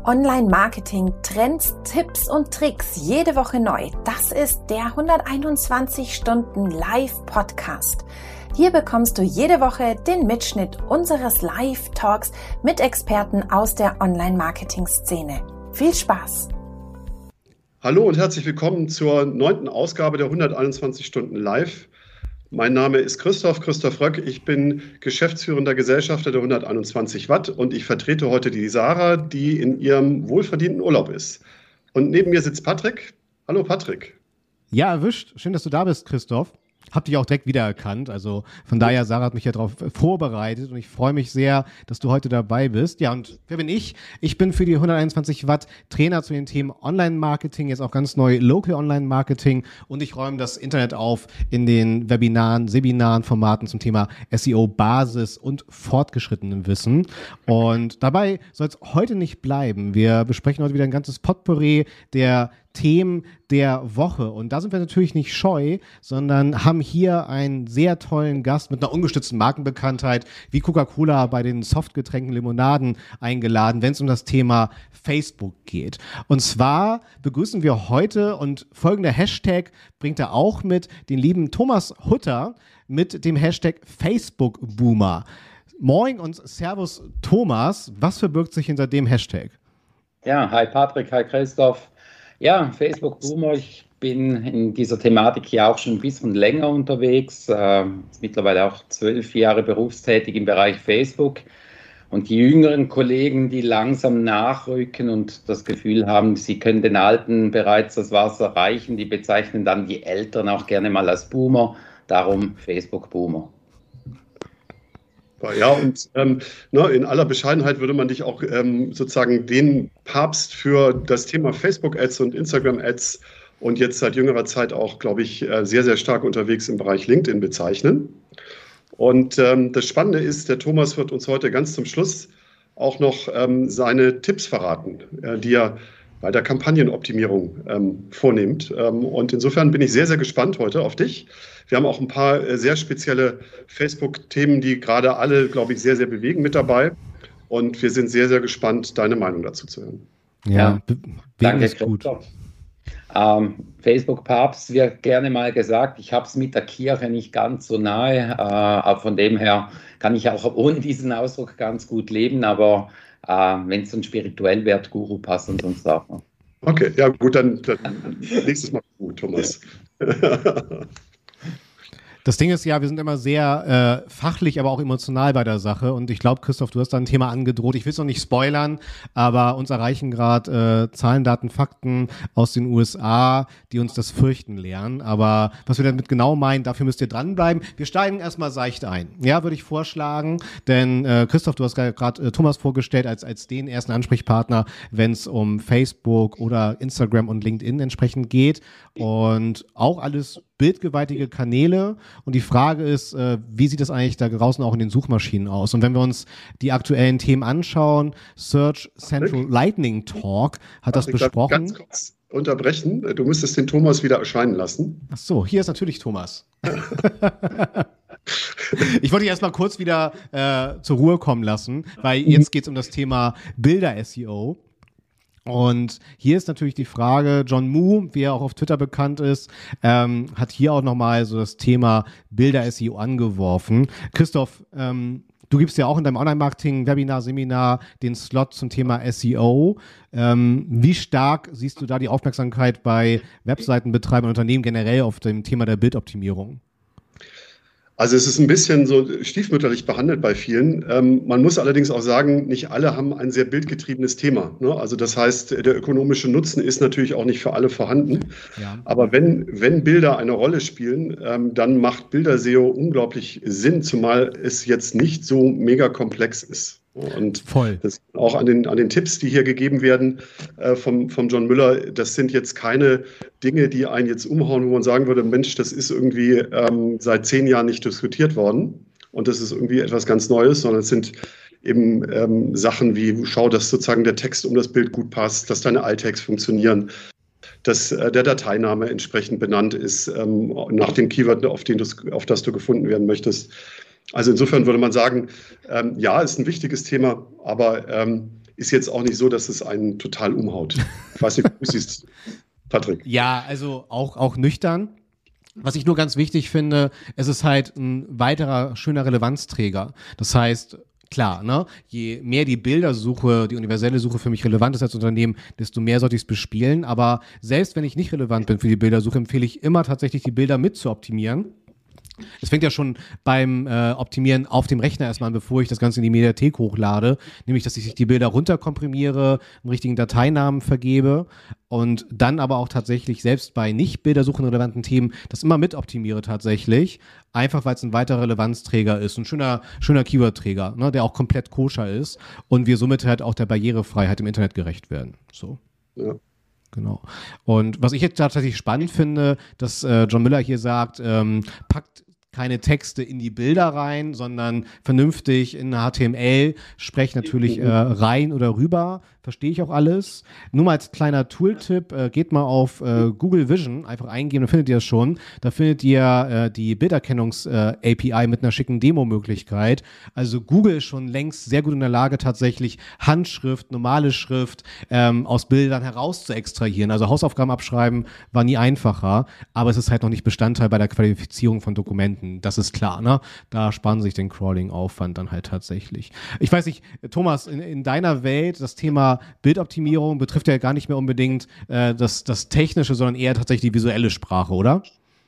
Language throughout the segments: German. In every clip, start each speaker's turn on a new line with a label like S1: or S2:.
S1: Online-Marketing, Trends, Tipps und Tricks jede Woche neu. Das ist der 121 Stunden Live-Podcast. Hier bekommst du jede Woche den Mitschnitt unseres Live-Talks mit Experten aus der Online-Marketing-Szene. Viel Spaß!
S2: Hallo und herzlich willkommen zur 9. Ausgabe der 121 Stunden Live. Mein Name ist Christoph Röck. Ich bin geschäftsführender Gesellschafter der 121 Watt und ich vertrete heute die Sarah, die in ihrem wohlverdienten Urlaub ist. Und neben mir sitzt Patrick. Hallo Patrick.
S3: Ja, erwischt. Schön, dass du da bist, Christoph. Hab dich auch direkt wiedererkannt. Also von daher, Sarah hat mich ja darauf vorbereitet und ich freue mich sehr, dass du heute dabei bist. Ja, und wer bin ich? Ich bin für die 121 Watt Trainer zu den Themen Online-Marketing, jetzt auch ganz neu Local Online-Marketing und ich räume das Internet auf in den Webinaren, Seminaren, Formaten zum Thema SEO, Basis und fortgeschrittenem Wissen. Und dabei soll es heute nicht bleiben. Wir besprechen heute wieder ein ganzes Potpourri der Themen der Woche. Und da sind wir natürlich nicht scheu, sondern haben hier einen sehr tollen Gast mit einer ungestützten Markenbekanntheit wie Coca-Cola bei den Softgetränken Limonaden eingeladen, wenn es um das Thema Facebook geht. Und zwar begrüßen wir heute und folgender Hashtag bringt er auch mit, den lieben Thomas Hutter mit dem Hashtag Facebook-Boomer. Moin und Servus Thomas, was verbirgt sich hinter dem Hashtag?
S4: Ja, hi Patrick, hi Christoph. Ja, Facebook-Boomer, ich bin in dieser Thematik ja auch schon ein bisschen länger unterwegs, mittlerweile auch 12 Jahre berufstätig im Bereich Facebook. Und die jüngeren Kollegen, die langsam nachrücken und das Gefühl haben, sie können den Alten bereits das Wasser reichen, die bezeichnen dann die Älteren auch gerne mal als Boomer, darum Facebook-Boomer.
S2: Ja, und in aller Bescheidenheit würde man dich auch sozusagen den Papst für das Thema Facebook-Ads und Instagram-Ads und jetzt seit jüngerer Zeit auch, glaube ich, sehr, sehr stark unterwegs im Bereich LinkedIn bezeichnen. Und das Spannende ist, der Thomas wird uns heute ganz zum Schluss auch noch seine Tipps verraten, die er bei der Kampagnenoptimierung vornimmt. Und insofern bin ich sehr, sehr gespannt heute auf dich. Wir haben auch ein paar sehr spezielle Facebook-Themen, die gerade alle, glaube ich, sehr, sehr bewegen mit dabei. Und wir sind sehr, sehr gespannt, deine Meinung dazu zu hören.
S4: Ja, danke, ist gut. Facebook-Papst wird gerne mal gesagt, ich habe es mit der Kirche nicht ganz so nahe, aber von dem her kann ich auch ohne diesen Ausdruck ganz gut leben, aber wenn es dann spirituell wird, Guru passen uns auch.
S2: Okay, ja gut, dann nächstes Mal gut, Thomas.
S3: Das Ding ist ja, wir sind immer sehr fachlich, aber auch emotional bei der Sache. Und ich glaube, Christoph, du hast da ein Thema angedroht. Ich will es noch nicht spoilern, aber uns erreichen gerade Zahlen, Daten, Fakten aus den USA, die uns das Fürchten lehren. Aber was wir damit genau meinen, dafür müsst ihr dranbleiben. Wir steigen erstmal seicht ein. Ja, würde ich vorschlagen. Denn Christoph, du hast gerade Thomas vorgestellt als den ersten Ansprechpartner, wenn es um Facebook oder Instagram und LinkedIn entsprechend geht. Und auch alles bildgewaltige Kanäle und die Frage ist, wie sieht das eigentlich da draußen auch in den Suchmaschinen aus? Und wenn wir uns die aktuellen Themen anschauen, Search Central Lightning Talk hat das besprochen.
S2: Ganz kurz unterbrechen, du müsstest den Thomas wieder erscheinen lassen.
S3: Ach so, hier ist natürlich Thomas. Ich wollte dich erstmal kurz wieder zur Ruhe kommen lassen, weil jetzt geht es um das Thema Bilder-SEO. Und hier ist natürlich die Frage, John Moo, wie er auch auf Twitter bekannt ist, hat hier auch nochmal so das Thema Bilder-SEO angeworfen. Christoph, du gibst ja auch in deinem Online-Marketing, Webinar, Seminar den Slot zum Thema SEO. Wie stark siehst du da die Aufmerksamkeit bei Webseitenbetreibern und Unternehmen generell auf dem Thema der Bildoptimierung?
S2: Also es ist ein bisschen so stiefmütterlich behandelt bei vielen. Man muss allerdings auch sagen, nicht alle haben ein sehr bildgetriebenes Thema, ne? Also das heißt, der ökonomische Nutzen ist natürlich auch nicht für alle vorhanden. Ja. Aber wenn Bilder eine Rolle spielen, dann macht Bilder-SEO unglaublich Sinn, zumal es jetzt nicht so mega komplex ist. Und das auch an den Tipps, die hier gegeben werden vom John Müller, das sind jetzt keine Dinge, die einen jetzt umhauen, wo man sagen würde, Mensch, das ist irgendwie seit 10 Jahren nicht diskutiert worden und das ist irgendwie etwas ganz Neues, sondern es sind eben Sachen wie, schau, dass sozusagen der Text um das Bild gut passt, dass deine Alttext funktionieren, dass der Dateiname entsprechend benannt ist nach dem Keyword, auf das du gefunden werden möchtest. Also insofern würde man sagen, ja, ist ein wichtiges Thema, aber ist jetzt auch nicht so, dass es einen total umhaut. Ich weiß nicht, wie du siehst, Patrick.
S3: Ja, also auch nüchtern. Was ich nur ganz wichtig finde, es ist halt ein weiterer schöner Relevanzträger. Das heißt, klar, ne, je mehr die Bildersuche, die universelle Suche für mich relevant ist als Unternehmen, desto mehr sollte ich es bespielen. Aber selbst wenn ich nicht relevant bin für die Bildersuche, empfehle ich immer tatsächlich, die Bilder mit zu optimieren. Es fängt ja schon beim Optimieren auf dem Rechner erstmal an, bevor ich das Ganze in die Mediathek hochlade, nämlich, dass ich die Bilder runterkomprimiere, einen richtigen Dateinamen vergebe und dann aber auch tatsächlich selbst bei nicht bildersuchen relevanten Themen das immer mit optimiere tatsächlich, einfach weil es ein weiterer Relevanzträger ist, ein schöner Keywordträger, ne, der auch komplett koscher ist und wir somit halt auch der Barrierefreiheit im Internet gerecht werden. So.
S2: Ja.
S3: Genau. Und was ich jetzt tatsächlich spannend finde, dass John Müller hier sagt, packt keine Texte in die Bilder rein, sondern vernünftig in HTML, sprecht natürlich rein oder rüber, verstehe ich auch alles. Nur mal als kleiner Tooltip, geht mal auf Google Vision, einfach eingeben, dann findet ihr das schon. Da findet ihr die Bilderkennungs-API mit einer schicken Demo-Möglichkeit. Also Google ist schon längst sehr gut in der Lage, tatsächlich Handschrift, normale Schrift aus Bildern heraus zu extrahieren. Also Hausaufgaben abschreiben war nie einfacher, aber es ist halt noch nicht Bestandteil bei der Qualifizierung von Dokumenten. Das ist klar, ne? Da sparen sie sich den Crawling-Aufwand dann halt tatsächlich. Ich weiß nicht, Thomas, in deiner Welt, das Thema Bildoptimierung betrifft ja gar nicht mehr unbedingt das Technische, sondern eher tatsächlich die visuelle Sprache, oder?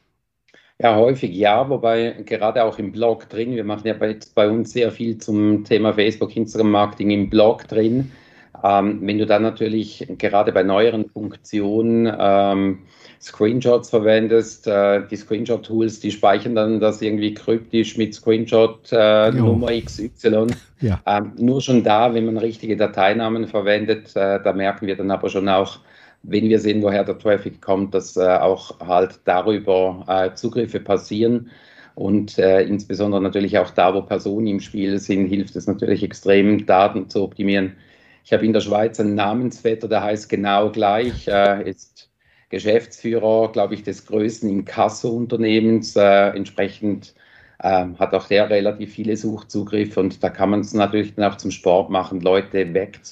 S4: Ja, häufig ja, wobei gerade auch im Blog drin, wir machen ja bei uns sehr viel zum Thema Facebook, Instagram-Marketing im Blog drin. Wenn du dann natürlich gerade bei neueren Funktionen Screenshots verwendest, die Screenshot-Tools, die speichern dann das irgendwie kryptisch mit Screenshot Nummer XY.
S3: Ja.
S4: Nur schon da, wenn man richtige Dateinamen verwendet, da merken wir dann aber schon auch, wenn wir sehen, woher der Traffic kommt, dass auch halt darüber Zugriffe passieren. Und insbesondere natürlich auch da, wo Personen im Spiel sind, hilft es natürlich extrem, Daten zu optimieren. Ich habe in der Schweiz einen Namensvetter, der heißt genau gleich, ist Geschäftsführer, glaube ich, des größten Inkasso-Unternehmens. Entsprechend hat auch der relativ viele Suchzugriffe und da kann man es natürlich dann auch zum Sport machen, Leute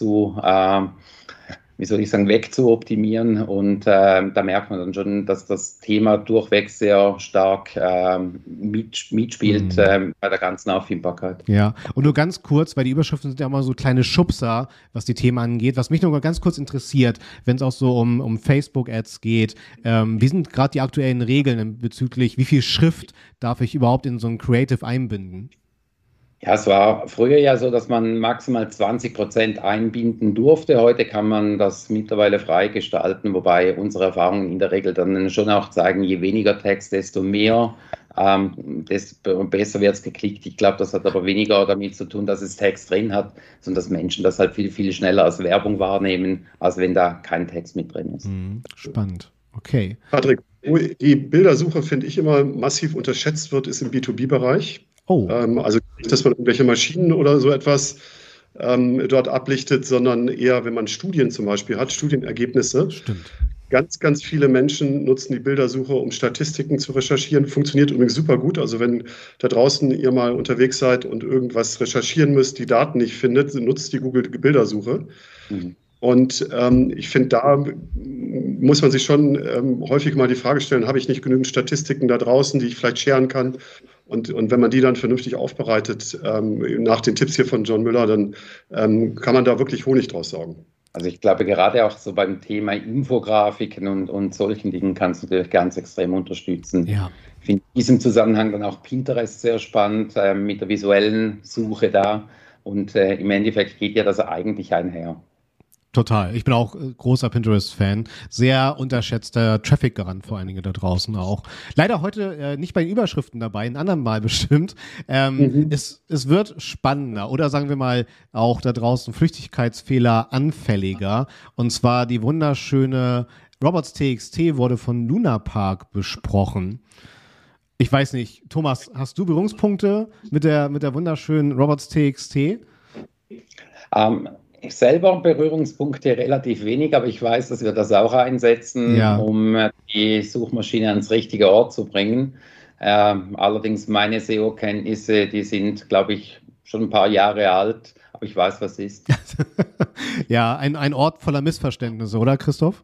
S4: wegzuoptimieren und da merkt man dann schon, dass das Thema durchweg sehr stark mitspielt bei der ganzen Auffindbarkeit.
S3: Ja, und nur ganz kurz, weil die Überschriften sind ja immer so kleine Schubser, was die Themen angeht. Was mich nur ganz kurz interessiert, wenn es auch so um Facebook-Ads geht, wie sind gerade die aktuellen Regeln bezüglich, wie viel Schrift darf ich überhaupt in so ein Creative einbinden?
S4: Ja, es war früher ja so, dass man maximal 20% einbinden durfte. Heute kann man das mittlerweile freigestalten, wobei unsere Erfahrungen in der Regel dann schon auch zeigen, je weniger Text, desto mehr, desto besser wird es geklickt. Ich glaube, das hat aber weniger damit zu tun, dass es Text drin hat, sondern dass Menschen das halt viel, viel schneller als Werbung wahrnehmen, als wenn da kein Text mit drin ist.
S3: Spannend. Okay.
S2: Patrick, wo die Bildersuche, finde ich, immer massiv unterschätzt wird, ist im B2B-Bereich.
S3: Oh.
S2: Also nicht, dass man irgendwelche Maschinen oder so etwas dort ablichtet, sondern eher, wenn man Studien zum Beispiel hat, Studienergebnisse.
S3: Stimmt.
S2: Ganz, ganz viele Menschen nutzen die Bildersuche, um Statistiken zu recherchieren. Funktioniert übrigens super gut. Also wenn da draußen ihr mal unterwegs seid und irgendwas recherchieren müsst, die Daten nicht findet, nutzt die Google-Bildersuche. Und ich finde, da muss man sich schon häufig mal die Frage stellen, habe ich nicht genügend Statistiken da draußen, die ich vielleicht sharen kann? Und wenn man die dann vernünftig aufbereitet, nach den Tipps hier von John Müller, dann kann man da wirklich Honig draus saugen.
S4: Also ich glaube, gerade auch so beim Thema Infografiken und solchen Dingen kannst du natürlich ganz extrem unterstützen.
S3: Ja.
S4: Ich finde in diesem Zusammenhang dann auch Pinterest sehr spannend mit der visuellen Suche da. Und im Endeffekt geht ja das eigentlich einher.
S3: Total. Ich bin auch großer Pinterest-Fan. Sehr unterschätzter Traffic-Garant vor allen Dingen da draußen auch. Leider heute nicht bei den Überschriften dabei, ein andermal bestimmt. Es wird spannender oder sagen wir mal auch da draußen Flüchtigkeitsfehler anfälliger. Und zwar die wunderschöne Robots.txt wurde von Luna Park besprochen. Ich weiß nicht, Thomas, hast du Berührungspunkte mit der wunderschönen Robots.txt?
S4: Ich selber Berührungspunkte relativ wenig, aber ich weiß, dass wir das auch einsetzen, um die Suchmaschine ans richtige Ort zu bringen. Allerdings meine SEO-Kenntnisse, die sind, glaube ich, schon ein paar Jahre alt, aber ich weiß, was ist.
S3: Ja, ein Ort voller Missverständnisse, oder Christoph?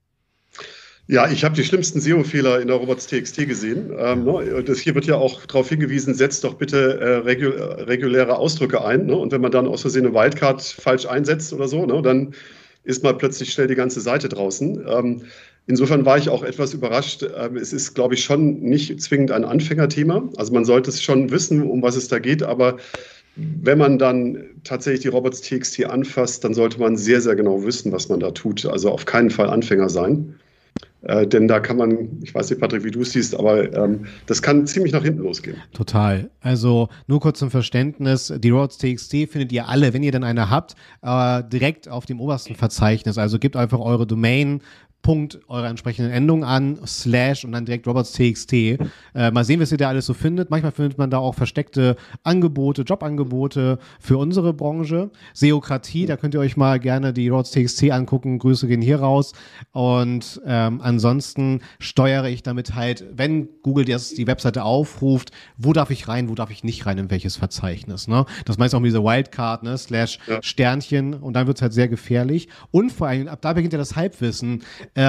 S2: Ja, ich habe die schlimmsten SEO-Fehler in der Robots.txt gesehen. Ne? Hier wird ja auch darauf hingewiesen, setzt doch bitte reguläre Ausdrücke ein. Ne? Und wenn man dann aus Versehen eine Wildcard falsch einsetzt oder so, ne, dann ist mal plötzlich schnell die ganze Seite draußen. Insofern war ich auch etwas überrascht. Es ist, glaube ich, schon nicht zwingend ein Anfängerthema. Also man sollte es schon wissen, um was es da geht, aber wenn man dann tatsächlich die Robots.txt anfasst, dann sollte man sehr, sehr genau wissen, was man da tut. Also auf keinen Fall Anfänger sein. Denn da kann man, ich weiß nicht, Patrick, wie du es siehst, aber das kann ziemlich nach hinten losgehen.
S3: Total. Also nur kurz zum Verständnis, die Robots.txt findet ihr alle, wenn ihr denn eine habt, direkt auf dem obersten Verzeichnis. Also gebt einfach eure Domain, Punkt, eure entsprechenden Endungen an, / und dann direkt Robots.txt. Mal sehen, was ihr da alles so findet. Manchmal findet man da auch versteckte Angebote, Jobangebote für unsere Branche. Seokratie, da könnt ihr euch mal gerne die Robots.txt angucken. Grüße gehen hier raus. Und ansonsten steuere ich damit halt, wenn Google die Webseite aufruft, wo darf ich rein, wo darf ich nicht rein, in welches Verzeichnis. Ne? Das meist auch mit dieser Wildcard, ne? / Sternchen, und dann wird es halt sehr gefährlich. Und vor allem, ab da beginnt ja das Halbwissen.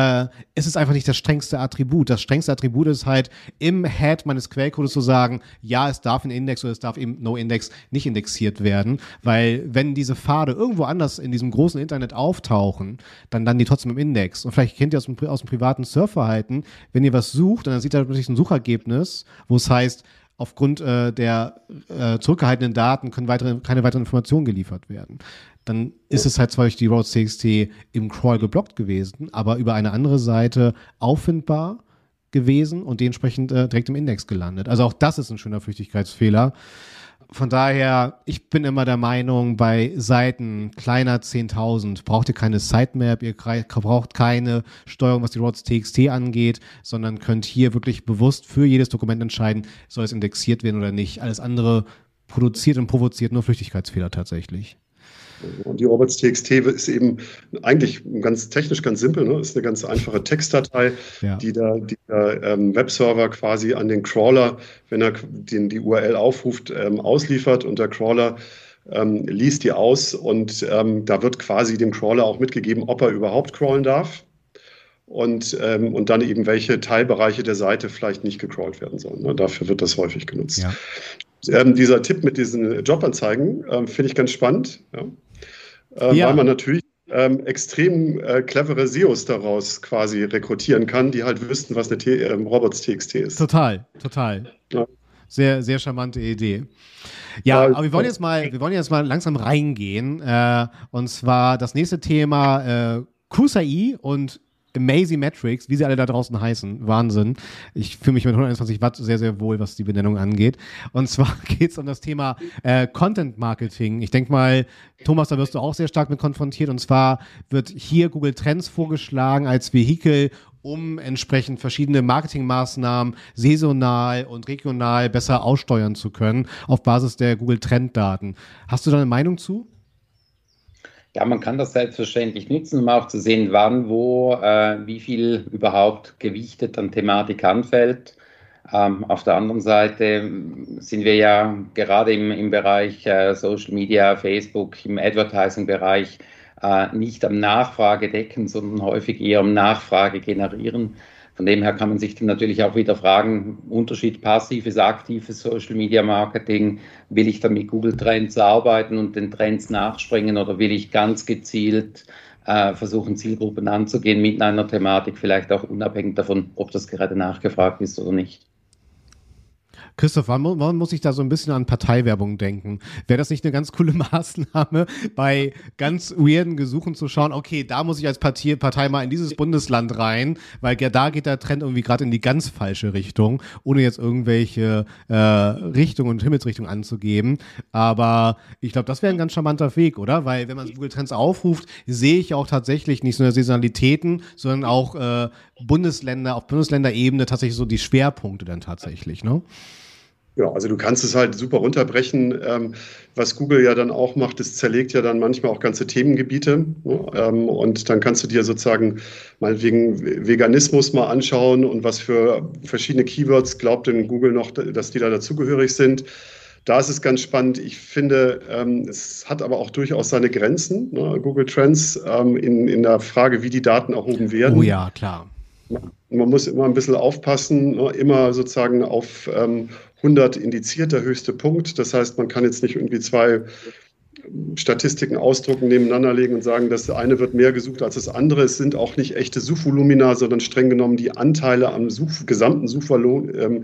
S3: Es ist einfach nicht das strengste Attribut. Das strengste Attribut ist halt, im Head meines Quellcodes zu sagen, ja, es darf ein Index oder es darf eben No-Index nicht indexiert werden, weil wenn diese Pfade irgendwo anders in diesem großen Internet auftauchen, dann landen die trotzdem im Index. Und vielleicht kennt ihr aus dem privaten Surfverhalten, wenn ihr was sucht und dann sieht ihr plötzlich ein Suchergebnis, wo es heißt, aufgrund der zurückgehaltenen Daten können keine weiteren Informationen geliefert werden. Dann ist es halt zwar durch die Robots.txt im Crawl geblockt gewesen, aber über eine andere Seite auffindbar gewesen und dementsprechend direkt im Index gelandet. Also auch das ist ein schöner Flüchtigkeitsfehler. Von daher, ich bin immer der Meinung, bei Seiten kleiner 10.000 braucht ihr keine Sitemap, ihr braucht keine Steuerung, was die Robots.txt angeht, sondern könnt hier wirklich bewusst für jedes Dokument entscheiden, soll es indexiert werden oder nicht. Alles andere produziert und provoziert nur Flüchtigkeitsfehler tatsächlich.
S2: Und die Robots.txt ist eben eigentlich ganz technisch ganz simpel, ne? Ist eine ganz einfache Textdatei, die der Webserver quasi an den Crawler, wenn er die URL aufruft, ausliefert, und der Crawler liest die aus, und da wird quasi dem Crawler auch mitgegeben, ob er überhaupt crawlen darf und dann eben welche Teilbereiche der Seite vielleicht nicht gecrawlt werden sollen. Ne? Dafür wird das häufig genutzt. Ja. Dieser Tipp mit diesen Jobanzeigen finde ich ganz spannend, weil man natürlich extrem clevere SEOs daraus quasi rekrutieren kann, die halt wüssten, was eine Robots.txt ist.
S3: Total. Ja. Sehr, sehr charmante Idee. Ja, aber wir wollen jetzt mal langsam reingehen. Und zwar das nächste Thema Cruise.ai und Amazing Metrics, wie sie alle da draußen heißen. Wahnsinn. Ich fühle mich mit 121 Watt sehr, sehr wohl, was die Benennung angeht. Und zwar geht es um das Thema Content Marketing. Ich denke mal, Thomas, da wirst du auch sehr stark mit konfrontiert. Und zwar wird hier Google Trends vorgeschlagen als Vehikel, um entsprechend verschiedene Marketingmaßnahmen saisonal und regional besser aussteuern zu können auf Basis der Google Trenddaten. Hast du da eine Meinung zu?
S4: Ja, man kann das selbstverständlich nutzen, um auch zu sehen, wann, wo, wie viel überhaupt gewichtet an Thematik anfällt. Auf der anderen Seite sind wir ja gerade im Bereich Social Media, Facebook, im Advertising-Bereich nicht am Nachfrage decken, sondern häufig eher am Nachfrage generieren. Von dem her kann man sich dann natürlich auch wieder fragen, Unterschied passives, aktives Social Media Marketing, will ich dann mit Google Trends arbeiten und den Trends nachspringen, oder will ich ganz gezielt versuchen, Zielgruppen anzugehen mit einer Thematik, vielleicht auch unabhängig davon, ob das gerade nachgefragt ist oder nicht.
S3: Christoph, wann muss ich da so ein bisschen an Parteiwerbung denken? Wäre das nicht eine ganz coole Maßnahme, bei ganz weirden Gesuchen zu schauen, okay, da muss ich als Partei mal in dieses Bundesland rein, weil da geht der Trend irgendwie gerade in die ganz falsche Richtung, ohne jetzt irgendwelche Richtungen und Himmelsrichtungen anzugeben. Aber ich glaube, das wäre ein ganz charmanter Weg, oder? Weil wenn man Google Trends aufruft, sehe ich auch tatsächlich nicht nur Saisonalitäten, sondern auch auf Bundesländerebene tatsächlich so die Schwerpunkte dann tatsächlich, ne?
S2: Ja, also du kannst es halt super runterbrechen. Was Google ja dann auch macht, es zerlegt ja dann manchmal auch ganze Themengebiete. Und dann kannst du dir sozusagen meinetwegen Veganismus mal anschauen und was für verschiedene Keywords glaubt denn Google noch, dass die da dazugehörig sind. Da ist es ganz spannend. Ich finde, es hat aber auch durchaus seine Grenzen, ne? Google Trends in der Frage, wie die Daten erhoben werden.
S3: Oh ja, klar.
S2: Man muss immer ein bisschen aufpassen, ne? Immer sozusagen auf 100 indiziert der höchste Punkt. Das heißt, man kann jetzt nicht irgendwie zwei Statistiken ausdrucken, nebeneinander legen und sagen, das eine wird mehr gesucht als das andere. Es sind auch nicht echte Suchvolumina, sondern streng genommen die Anteile am gesamten Suchvolumen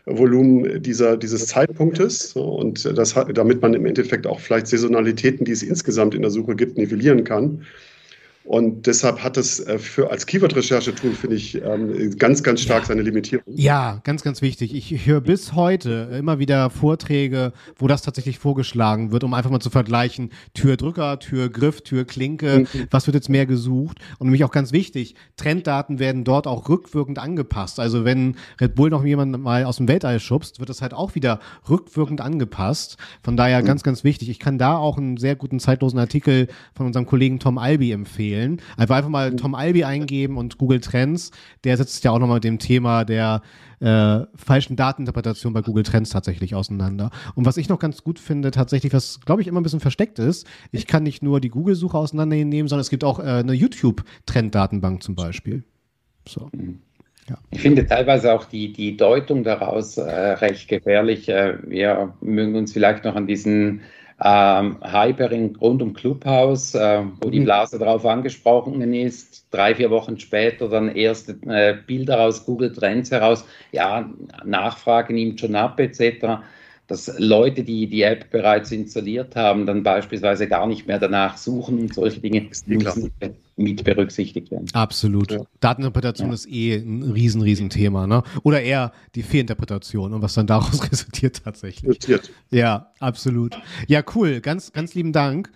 S2: dieses Zeitpunktes. Und damit man im Endeffekt auch vielleicht Saisonalitäten, die es insgesamt in der Suche gibt, nivellieren kann. Und deshalb hat es als Keyword-Recherche-Tool, finde ich, ganz, ganz stark seine Limitierung.
S3: Ja, ganz, ganz wichtig. Ich höre bis heute immer wieder Vorträge, wo das tatsächlich vorgeschlagen wird, um einfach mal zu vergleichen, Türdrücker, Türgriff, Türklinke, was wird jetzt mehr gesucht? Und nämlich auch ganz wichtig, Trenddaten werden dort auch rückwirkend angepasst. Also wenn Red Bull noch jemand mal aus dem Weltall schubst, wird das halt auch wieder rückwirkend angepasst. Von daher ganz, ganz wichtig. Ich kann da auch einen sehr guten zeitlosen Artikel von unserem Kollegen Tom Alby empfehlen. Einfach mal Tom Alby eingeben und Google Trends. Der setzt sich ja auch nochmal mit dem Thema der falschen Dateninterpretation bei Google Trends tatsächlich auseinander. Und was ich noch ganz gut finde, tatsächlich, was glaube ich immer ein bisschen versteckt ist, ich kann nicht nur die Google-Suche auseinandernehmen, sondern es gibt auch eine YouTube-Trenddatenbank zum Beispiel. So. Ja.
S4: Ich finde teilweise auch die Deutung daraus recht gefährlich. Wir mögen uns vielleicht noch an diesen Hype rund um Clubhouse, wo die Blase drauf angesprochen ist, 3-4 Wochen später dann erste Bilder aus Google Trends heraus, ja, Nachfrage nimmt schon ab etc., dass Leute, die die App bereits installiert haben, dann beispielsweise gar nicht mehr danach suchen und solche Dinge müssen mit berücksichtigt werden.
S3: Absolut. Ja. Dateninterpretation ist ein riesen Thema, ne? Oder eher die Fehlinterpretation und was dann daraus resultiert tatsächlich. Ja, absolut. Ja, cool. Ganz, ganz lieben Dank.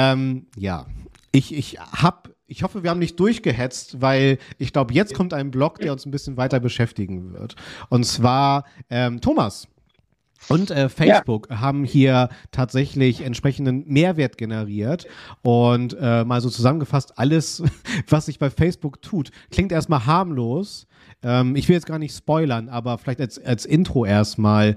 S3: Ja, ich hoffe, wir haben nicht durchgehetzt, weil ich glaube, jetzt kommt ein Blog, der uns ein bisschen weiter beschäftigen wird. Und zwar Thomas und Facebook haben hier tatsächlich entsprechenden Mehrwert generiert und mal so zusammengefasst, alles, was sich bei Facebook tut, klingt erstmal harmlos. Ich will jetzt gar nicht spoilern, aber vielleicht als Intro erstmal.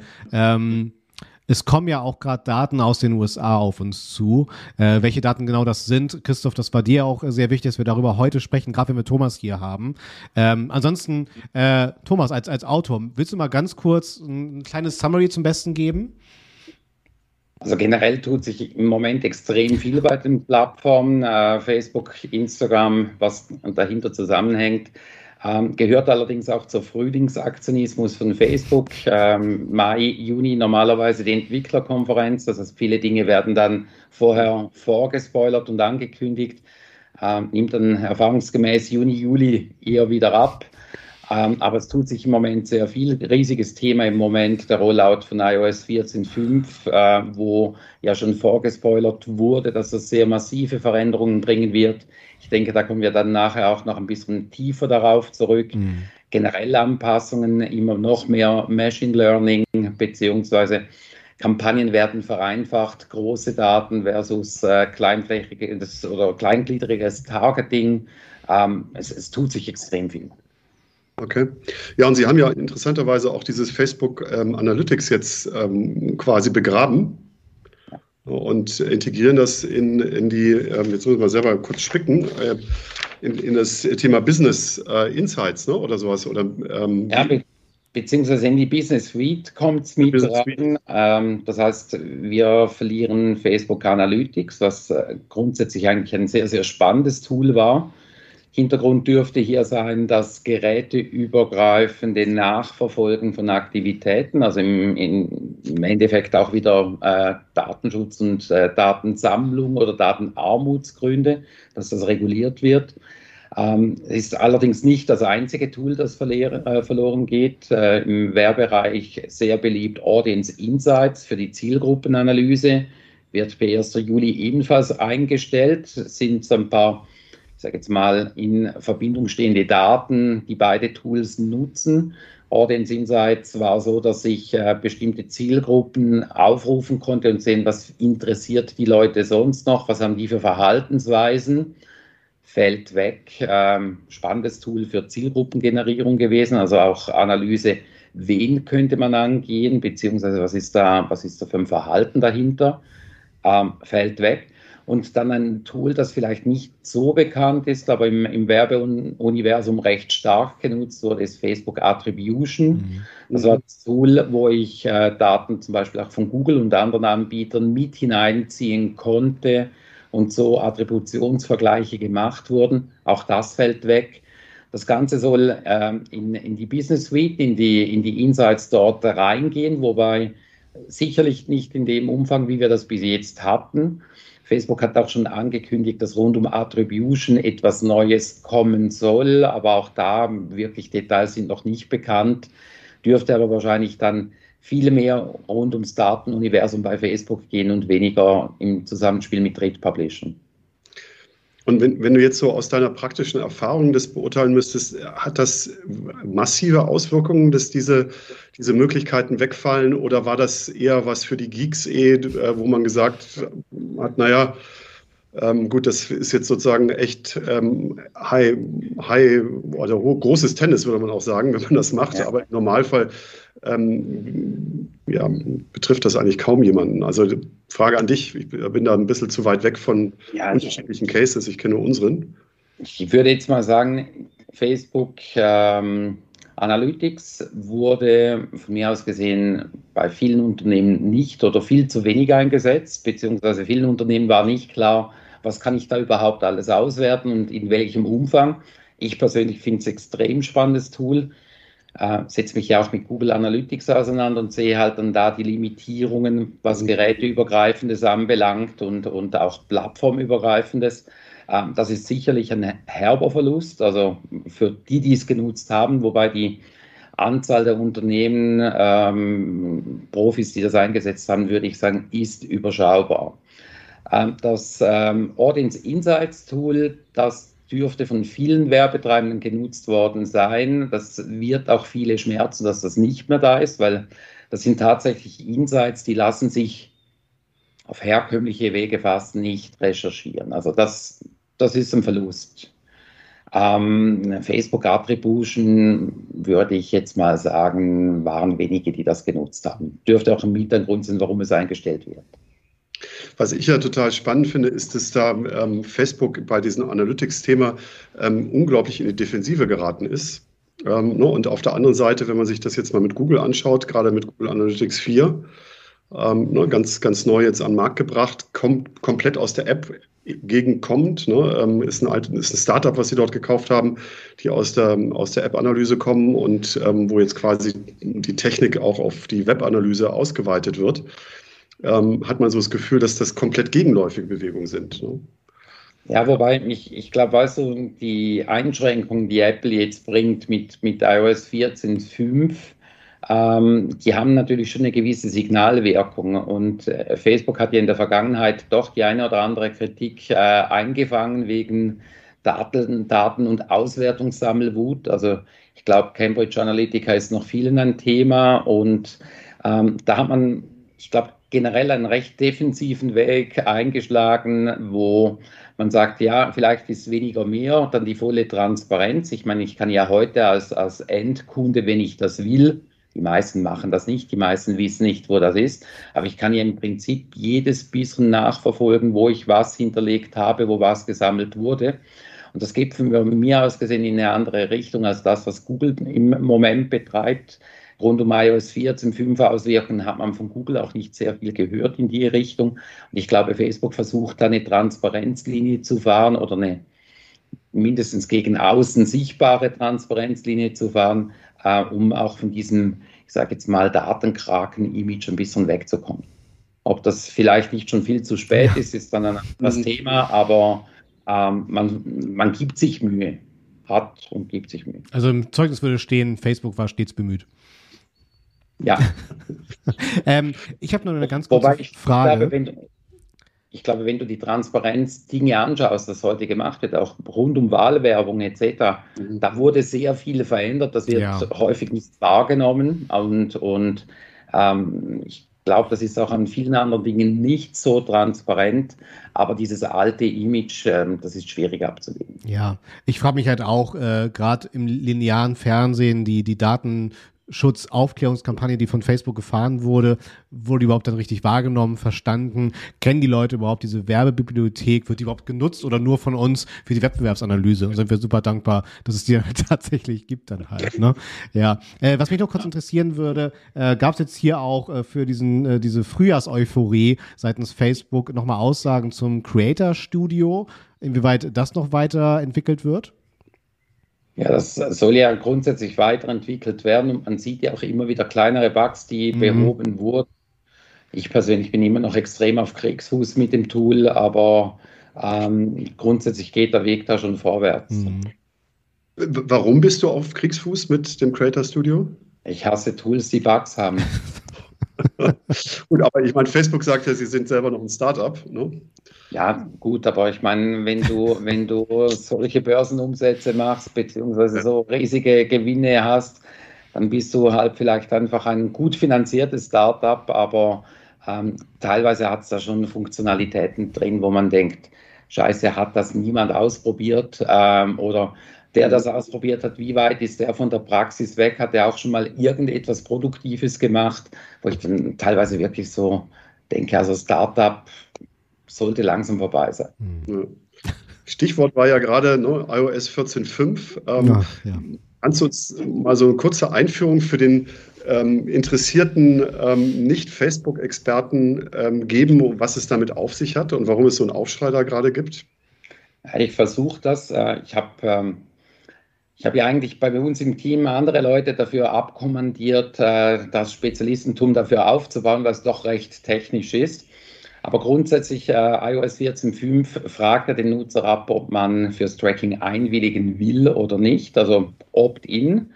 S3: Es kommen ja auch gerade Daten aus den USA auf uns zu. Welche Daten genau das sind, Christoph, das war dir auch sehr wichtig, dass wir darüber heute sprechen, gerade wenn wir Thomas hier haben. Ansonsten, Thomas, als Autor, willst du mal ganz kurz ein kleines Summary zum Besten geben?
S4: Also generell tut sich im Moment extrem viel bei den Plattformen, Facebook, Instagram, was dahinter zusammenhängt. Gehört allerdings auch zur Frühlingsaktionismus von Facebook. Mai, Juni normalerweise die Entwicklerkonferenz. Das heißt, viele Dinge werden dann vorher vorgespoilert und angekündigt. Nimmt dann erfahrungsgemäß Juni, Juli eher wieder ab. Aber es tut sich im Moment sehr viel. Riesiges Thema im Moment, der Rollout von iOS 14.5, wo ja schon vorgespoilert wurde, dass es sehr massive Veränderungen bringen wird. Ich denke, da kommen wir dann nachher auch noch ein bisschen tiefer darauf zurück. Generell Anpassungen, immer noch mehr Machine Learning, beziehungsweise Kampagnen werden vereinfacht, große Daten versus kleinflächiges oder kleingliedriges Targeting. Es tut sich extrem viel.
S2: Okay. Ja, und Sie haben ja interessanterweise auch dieses Facebook Analytics jetzt quasi begraben und integrieren das in die, jetzt muss ich mal selber kurz spicken, in das Thema Business Insights, ne, oder sowas. Oder,
S4: ja, beziehungsweise in die Business Suite kommt es mit rein. Das heißt, wir verlieren Facebook Analytics, was grundsätzlich eigentlich ein sehr, sehr spannendes Tool war. Hintergrund dürfte hier sein, dass geräteübergreifende Nachverfolgen von Aktivitäten, also im Endeffekt auch wieder Datenschutz und Datensammlung oder Datenarmutsgründe, dass das reguliert wird. Ist allerdings nicht das einzige Tool, das verloren geht. Im Werbebereich sehr beliebt Audience Insights für die Zielgruppenanalyse, wird per 1. Juli ebenfalls eingestellt. Sind so ein paar, ich sage jetzt mal, in Verbindung stehende Daten, die beide Tools nutzen. Audience Insights war so, dass ich bestimmte Zielgruppen aufrufen konnte und sehen, was interessiert die Leute sonst noch, was haben die für Verhaltensweisen. Fällt weg. Spannendes Tool für Zielgruppengenerierung gewesen, also auch Analyse wen könnte man angehen, beziehungsweise was ist da für ein Verhalten dahinter, fällt weg. Und dann ein Tool, das vielleicht nicht so bekannt ist, aber im Werbeuniversum recht stark genutzt wurde, ist Facebook Attribution. Das war das Tool, wo ich Daten zum Beispiel auch von Google und anderen Anbietern mit hineinziehen konnte und so Attributionsvergleiche gemacht wurden. Auch das fällt weg. Das Ganze soll in die Business Suite, in die Insights dort reingehen, wobei sicherlich nicht in dem Umfang, wie wir das bis jetzt hatten. Facebook hat auch schon angekündigt, dass rund um Attribution etwas Neues kommen soll, aber auch da wirklich Details sind noch nicht bekannt, dürfte aber wahrscheinlich dann viel mehr rund ums Datenuniversum bei Facebook gehen und weniger im Zusammenspiel mit Drittpublishern.
S2: Und wenn du jetzt so aus deiner praktischen Erfahrung das beurteilen müsstest, hat das massive Auswirkungen, dass diese Möglichkeiten wegfallen, oder war das eher was für die Geeks, wo man gesagt hat, naja, gut, das ist jetzt sozusagen echt high oder großes Tennis, würde man auch sagen, wenn man das macht, aber im Normalfall betrifft das eigentlich kaum jemanden. Also Frage an dich, ich bin da ein bisschen zu weit weg von unterschiedlichen Cases, ich kenne unseren.
S4: Ich würde jetzt mal sagen, Facebook Analytics wurde von mir aus gesehen bei vielen Unternehmen nicht oder viel zu wenig eingesetzt, beziehungsweise vielen Unternehmen war nicht klar, was kann ich da überhaupt alles auswerten und in welchem Umfang. Ich persönlich finde es ein extrem spannendes Tool. Setze mich ja auch mit Google Analytics auseinander und sehe halt dann da die Limitierungen, was Geräteübergreifendes anbelangt und auch Plattformübergreifendes. Das ist sicherlich ein herber Verlust, also für die es genutzt haben, wobei die Anzahl der Unternehmen, Profis, die das eingesetzt haben, würde ich sagen, ist überschaubar. Das Audience Insights Tool, das dürfte von vielen Werbetreibenden genutzt worden sein. Das wird auch viele schmerzen, dass das nicht mehr da ist, weil das sind tatsächlich Insights, die lassen sich auf herkömmliche Wege fast nicht recherchieren. Also das ist ein Verlust. Facebook Attribution, würde ich jetzt mal sagen, waren wenige, die das genutzt haben. Dürfte auch ein Hintergrund sein, warum es eingestellt wird.
S2: Was ich ja total spannend finde, ist, dass da Facebook bei diesem Analytics-Thema unglaublich in die Defensive geraten ist. Und auf der anderen Seite, wenn man sich das jetzt mal mit Google anschaut, gerade mit Google Analytics 4, ganz, ganz neu jetzt an den Markt gebracht, kommt komplett aus der App gegenkommt, ist ein Startup, was sie dort gekauft haben, die aus der App-Analyse kommen und wo jetzt quasi die Technik auch auf die Web-Analyse ausgeweitet wird. Hat man so das Gefühl, dass das komplett gegenläufige Bewegungen sind. Ne?
S4: Ja, wobei ich glaube, weißt du, die Einschränkungen, die Apple jetzt bringt mit iOS 14.5, die haben natürlich schon eine gewisse Signalwirkung und Facebook hat ja in der Vergangenheit doch die eine oder andere Kritik eingefangen wegen Daten- und Auswertungssammelwut. Also ich glaube, Cambridge Analytica ist noch vielen ein Thema und da hat man, ich glaube, generell einen recht defensiven Weg eingeschlagen, wo man sagt, ja, vielleicht ist weniger mehr, dann die volle Transparenz. Ich meine, ich kann ja heute als Endkunde, wenn ich das will, die meisten machen das nicht, die meisten wissen nicht, wo das ist, aber ich kann ja im Prinzip jedes bisschen nachverfolgen, wo ich was hinterlegt habe, wo was gesammelt wurde. Und das geht von mir aus gesehen in eine andere Richtung als das, was Google im Moment betreibt. Rund um iOS 14.5 Auswirkungen hat man von Google auch nicht sehr viel gehört in die Richtung. Und ich glaube, Facebook versucht da eine Transparenzlinie zu fahren oder eine mindestens gegen außen sichtbare Transparenzlinie zu fahren, um auch von diesem, ich sage jetzt mal, Datenkraken-Image ein bisschen wegzukommen. Ob das vielleicht nicht schon viel zu spät ist dann ein anderes Thema, aber man gibt sich Mühe, hat und gibt sich Mühe.
S3: Also im Zeugnis würde stehen, Facebook war stets bemüht.
S4: Ja.
S3: Ich habe noch eine ganz kurze Frage.
S4: Ich glaube, wenn du die Transparenz-Dinge anschaust, das heute gemacht wird, auch rund um Wahlwerbung etc., da wurde sehr viel verändert, das wird häufig nicht wahrgenommen und ich glaube, das ist auch an vielen anderen Dingen nicht so transparent, aber dieses alte Image, das ist schwierig abzulegen.
S3: Ja, ich frage mich halt auch, gerade im linearen Fernsehen, die Daten Datenschutzaufklärungskampagne, die von Facebook gefahren wurde, wurde überhaupt dann richtig wahrgenommen, verstanden? Kennen die Leute überhaupt diese Werbebibliothek? Wird die überhaupt genutzt oder nur von uns für die Wettbewerbsanalyse? Und sind wir super dankbar, dass es die tatsächlich gibt dann halt. Ne? Ja. Was mich noch kurz interessieren würde, gab es jetzt hier auch für diese Frühjahrseuphorie seitens Facebook nochmal Aussagen zum Creator Studio, inwieweit das noch weiterentwickelt wird?
S4: Ja, das soll ja grundsätzlich weiterentwickelt werden und man sieht ja auch immer wieder kleinere Bugs, die behoben wurden. Ich persönlich bin immer noch extrem auf Kriegsfuß mit dem Tool, aber grundsätzlich geht der Weg da schon vorwärts.
S2: Warum bist du auf Kriegsfuß mit dem Creator Studio?
S4: Ich hasse Tools, die Bugs haben.
S2: Gut, aber ich meine, Facebook sagt ja, sie sind selber noch ein Startup, ne?
S4: Ja, gut, aber ich meine, wenn du solche Börsenumsätze machst, beziehungsweise so riesige Gewinne hast, dann bist du halt vielleicht einfach ein gut finanziertes Startup, aber teilweise hat es da schon Funktionalitäten drin, wo man denkt, Scheiße, hat das niemand ausprobiert oder der das ausprobiert hat, wie weit ist der von der Praxis weg, hat der auch schon mal irgendetwas Produktives gemacht, wo ich dann teilweise wirklich so denke, also Startup sollte langsam vorbei sein.
S2: Stichwort war ja gerade iOS 14.5. Kannst du uns mal so eine kurze Einführung für den interessierten Nicht-Facebook-Experten geben, was es damit auf sich hat und warum es so einen Aufschrei da gerade gibt?
S4: Ja, ich versuche das. Ich habe ja eigentlich bei uns im Team andere Leute dafür abkommandiert, das Spezialistentum dafür aufzubauen, was doch recht technisch ist. Aber grundsätzlich iOS 14.5 fragt ja den Nutzer ab, ob man fürs Tracking einwilligen will oder nicht, also Opt-in.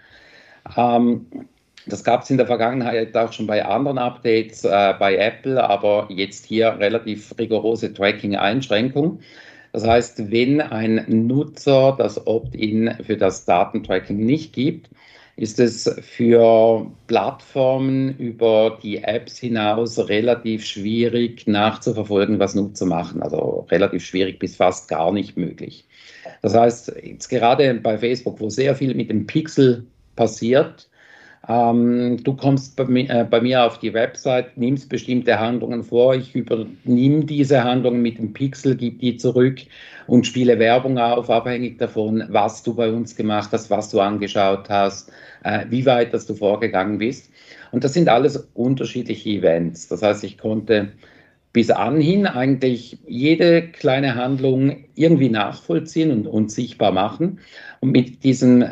S4: Das gab es in der Vergangenheit auch schon bei anderen Updates bei Apple, aber jetzt hier relativ rigorose Tracking-Einschränkung. Das heißt, wenn ein Nutzer das Opt-in für das Datentracking nicht gibt, ist es für Plattformen über die Apps hinaus relativ schwierig nachzuverfolgen, was Nutzer machen. Also relativ schwierig bis fast gar nicht möglich. Das heißt, jetzt gerade bei Facebook, wo sehr viel mit dem Pixel passiert, du kommst bei mir auf die Website, nimmst bestimmte Handlungen vor, ich übernehme diese Handlungen mit dem Pixel, gebe die zurück und spiele Werbung auf, abhängig davon, was du bei uns gemacht hast, was du angeschaut hast, wie weit dass du vorgegangen bist. Und das sind alles unterschiedliche Events. Das heißt, ich konnte bis anhin eigentlich jede kleine Handlung irgendwie nachvollziehen und sichtbar machen. Und mit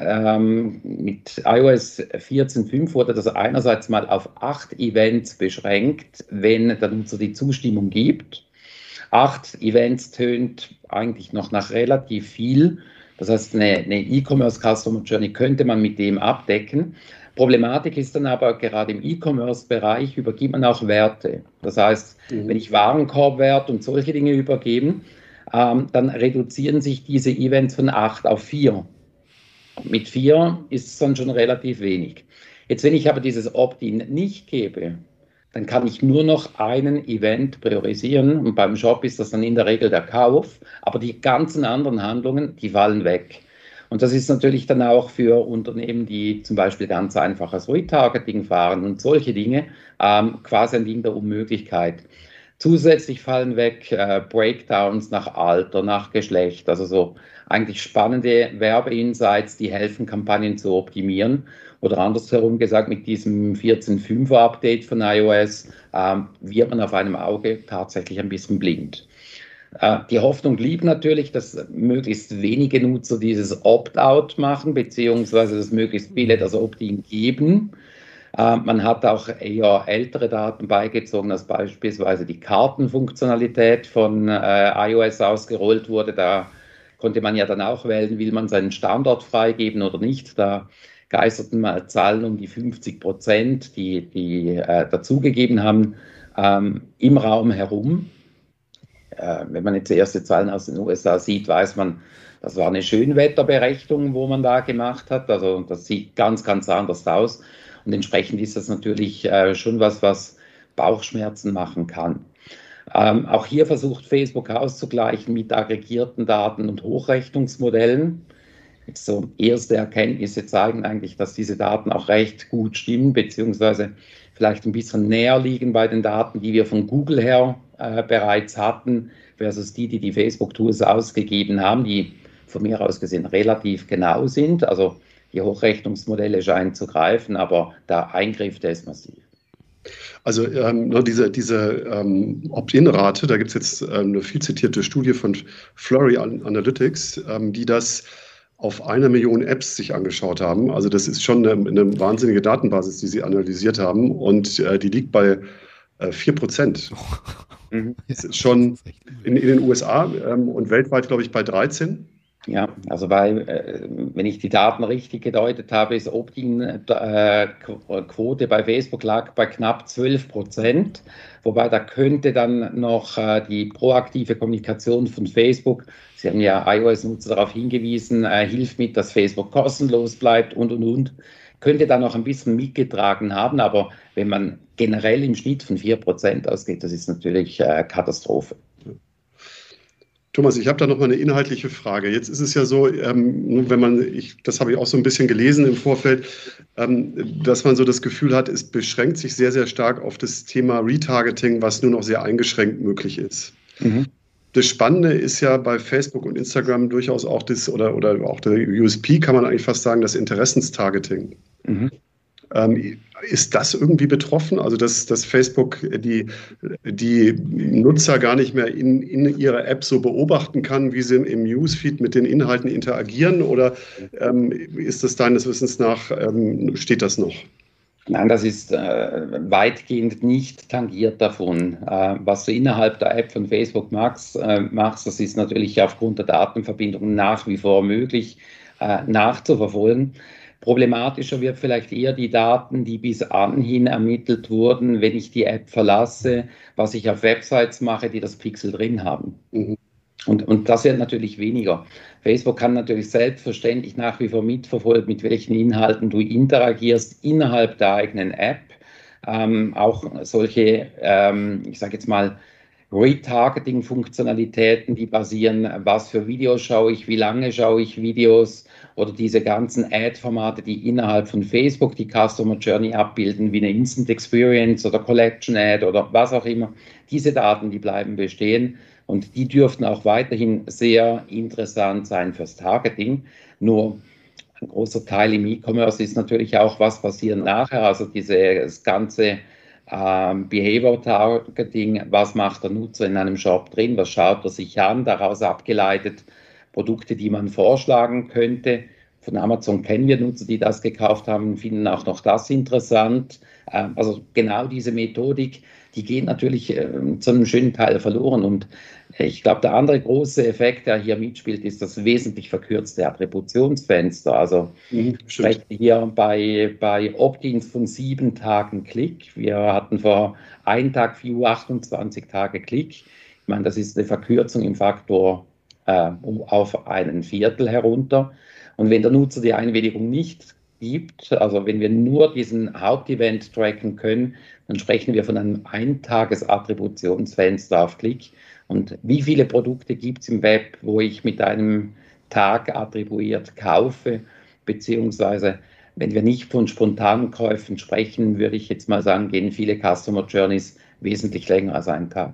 S4: mit iOS 14.5 wurde das einerseits mal auf 8 Events beschränkt, wenn der Nutzer die Zustimmung gibt. 8 Events tönt eigentlich noch nach relativ viel. Das heißt, eine E-Commerce Customer Journey könnte man mit dem abdecken. Problematik ist dann aber, gerade im E-Commerce-Bereich übergibt man auch Werte. Das heißt, wenn ich Warenkorbwert und solche Dinge übergeben, dann reduzieren sich diese Events von 8 auf 4. Mit 4 ist es dann schon relativ wenig. Jetzt, wenn ich aber dieses Opt-in nicht gebe, dann kann ich nur noch einen Event priorisieren und beim Shop ist das dann in der Regel der Kauf, aber die ganzen anderen Handlungen, die fallen weg. Und das ist natürlich dann auch für Unternehmen, die zum Beispiel ganz einfaches Retargeting fahren und solche Dinge, quasi ein Ding der Unmöglichkeit. Zusätzlich fallen weg Breakdowns nach Alter, nach Geschlecht, also so eigentlich spannende Werbeinsights, die helfen, Kampagnen zu optimieren. Oder andersherum gesagt, mit diesem 14.5er Update von iOS wird man auf einem Auge tatsächlich ein bisschen blind. Die Hoffnung blieb natürlich, dass möglichst wenige Nutzer dieses Opt-out machen, beziehungsweise dass möglichst viele das Opt-in geben. Man hat auch eher ältere Daten beigezogen, als beispielsweise die Kartenfunktionalität von iOS ausgerollt wurde. Da konnte man ja dann auch wählen, will man seinen Standort freigeben oder nicht. Da geisterten mal Zahlen um die 50%, die dazugegeben haben, im Raum herum. Wenn man jetzt erste Zahlen aus den USA sieht, weiß man, das war eine Schönwetterberechnung, wo man da gemacht hat. Also das sieht ganz, ganz anders aus. Und entsprechend ist das natürlich schon was Bauchschmerzen machen kann. Auch hier versucht Facebook auszugleichen mit aggregierten Daten und Hochrechnungsmodellen. Jetzt so erste Erkenntnisse zeigen eigentlich, dass diese Daten auch recht gut stimmen, beziehungsweise vielleicht ein bisschen näher liegen bei den Daten, die wir von Google her bereits hatten, versus die Facebook-Tools ausgegeben haben, die von mir aus gesehen relativ genau sind. Also die Hochrechnungsmodelle scheinen zu greifen, aber der Eingriff, der ist massiv.
S2: Also diese Opt-in-Rate, da gibt es jetzt eine viel zitierte Studie von Flurry Analytics, die das auf 1 Million Apps sich angeschaut haben. Also das ist schon eine wahnsinnige Datenbasis, die sie analysiert haben, und die liegt bei 4%. Das ist schon in den USA und weltweit, glaube ich, bei 13%.
S4: Ja, also wenn ich die Daten richtig gedeutet habe, ist Opt-in-Quote bei Facebook lag bei knapp 12%, wobei da könnte dann noch die proaktive Kommunikation von Facebook, Sie haben ja iOS-Nutzer darauf hingewiesen, hilft mit, dass Facebook kostenlos bleibt und, könnte da noch ein bisschen mitgetragen haben, aber wenn man generell im Schnitt von 4% ausgeht, das ist natürlich Katastrophe.
S2: Thomas, ich habe da noch mal eine inhaltliche Frage. Jetzt ist es ja so, das habe ich auch so ein bisschen gelesen im Vorfeld, dass man so das Gefühl hat, es beschränkt sich sehr, sehr stark auf das Thema Retargeting, was nur noch sehr eingeschränkt möglich ist. Mhm. Das Spannende ist ja bei Facebook und Instagram durchaus auch oder auch der USP, kann man eigentlich fast sagen, das Interessenstargeting. Mhm. Ist das irgendwie betroffen? Also, dass Facebook die Nutzer gar nicht mehr in ihrer App so beobachten kann, wie sie im Newsfeed mit den Inhalten interagieren? Oder ist das deines Wissens nach, steht das noch?
S4: Nein, das ist weitgehend nicht tangiert davon. Was du innerhalb der App von Facebook machst, das ist natürlich aufgrund der Datenverbindung nach wie vor möglich nachzuverfolgen. Problematischer wird vielleicht eher die Daten, die bis anhin ermittelt wurden, wenn ich die App verlasse, was ich auf Websites mache, die das Pixel drin haben. Mhm. Und das wird natürlich weniger. Facebook kann natürlich selbstverständlich nach wie vor mitverfolgen, mit welchen Inhalten du interagierst innerhalb der eigenen App. Auch solche, ich sage jetzt mal, Retargeting-Funktionalitäten, die basieren, was für Videos schaue ich, wie lange schaue ich Videos, oder diese ganzen Ad-Formate, die innerhalb von Facebook die Customer Journey abbilden, wie eine Instant Experience oder Collection Ad oder was auch immer. Diese Daten, die bleiben bestehen und die dürften auch weiterhin sehr interessant sein fürs Targeting. Nur ein großer Teil im E-Commerce ist natürlich auch, was passiert nachher, also das ganze Behavior-Targeting, was macht der Nutzer in einem Shop drin, was schaut er sich an, daraus abgeleitet Produkte, die man vorschlagen könnte. Von Amazon kennen wir Nutzer, die das gekauft haben, finden auch noch das interessant. Also genau diese Methodik, die geht natürlich zu einem schönen Teil verloren. Und ich glaube, der andere große Effekt, der hier mitspielt, ist das wesentlich verkürzte Attributionsfenster. Also ich spreche hier bei Opt-ins von 7 Tagen Klick. Wir hatten vor einem Tag View 28 Tage Klick. Ich meine, das ist eine Verkürzung im Faktor auf 1/4 herunter. Und wenn der Nutzer die Einwilligung nicht gibt, also wenn wir nur diesen Hauptevent tracken können, dann sprechen wir von einem Eintages-Attributionsfenster auf Klick. Und wie viele Produkte gibt es im Web, wo ich mit einem Tag attribuiert kaufe, beziehungsweise wenn wir nicht von spontanen Käufen sprechen, würde ich jetzt mal sagen, gehen viele Customer Journeys wesentlich länger als einen Tag.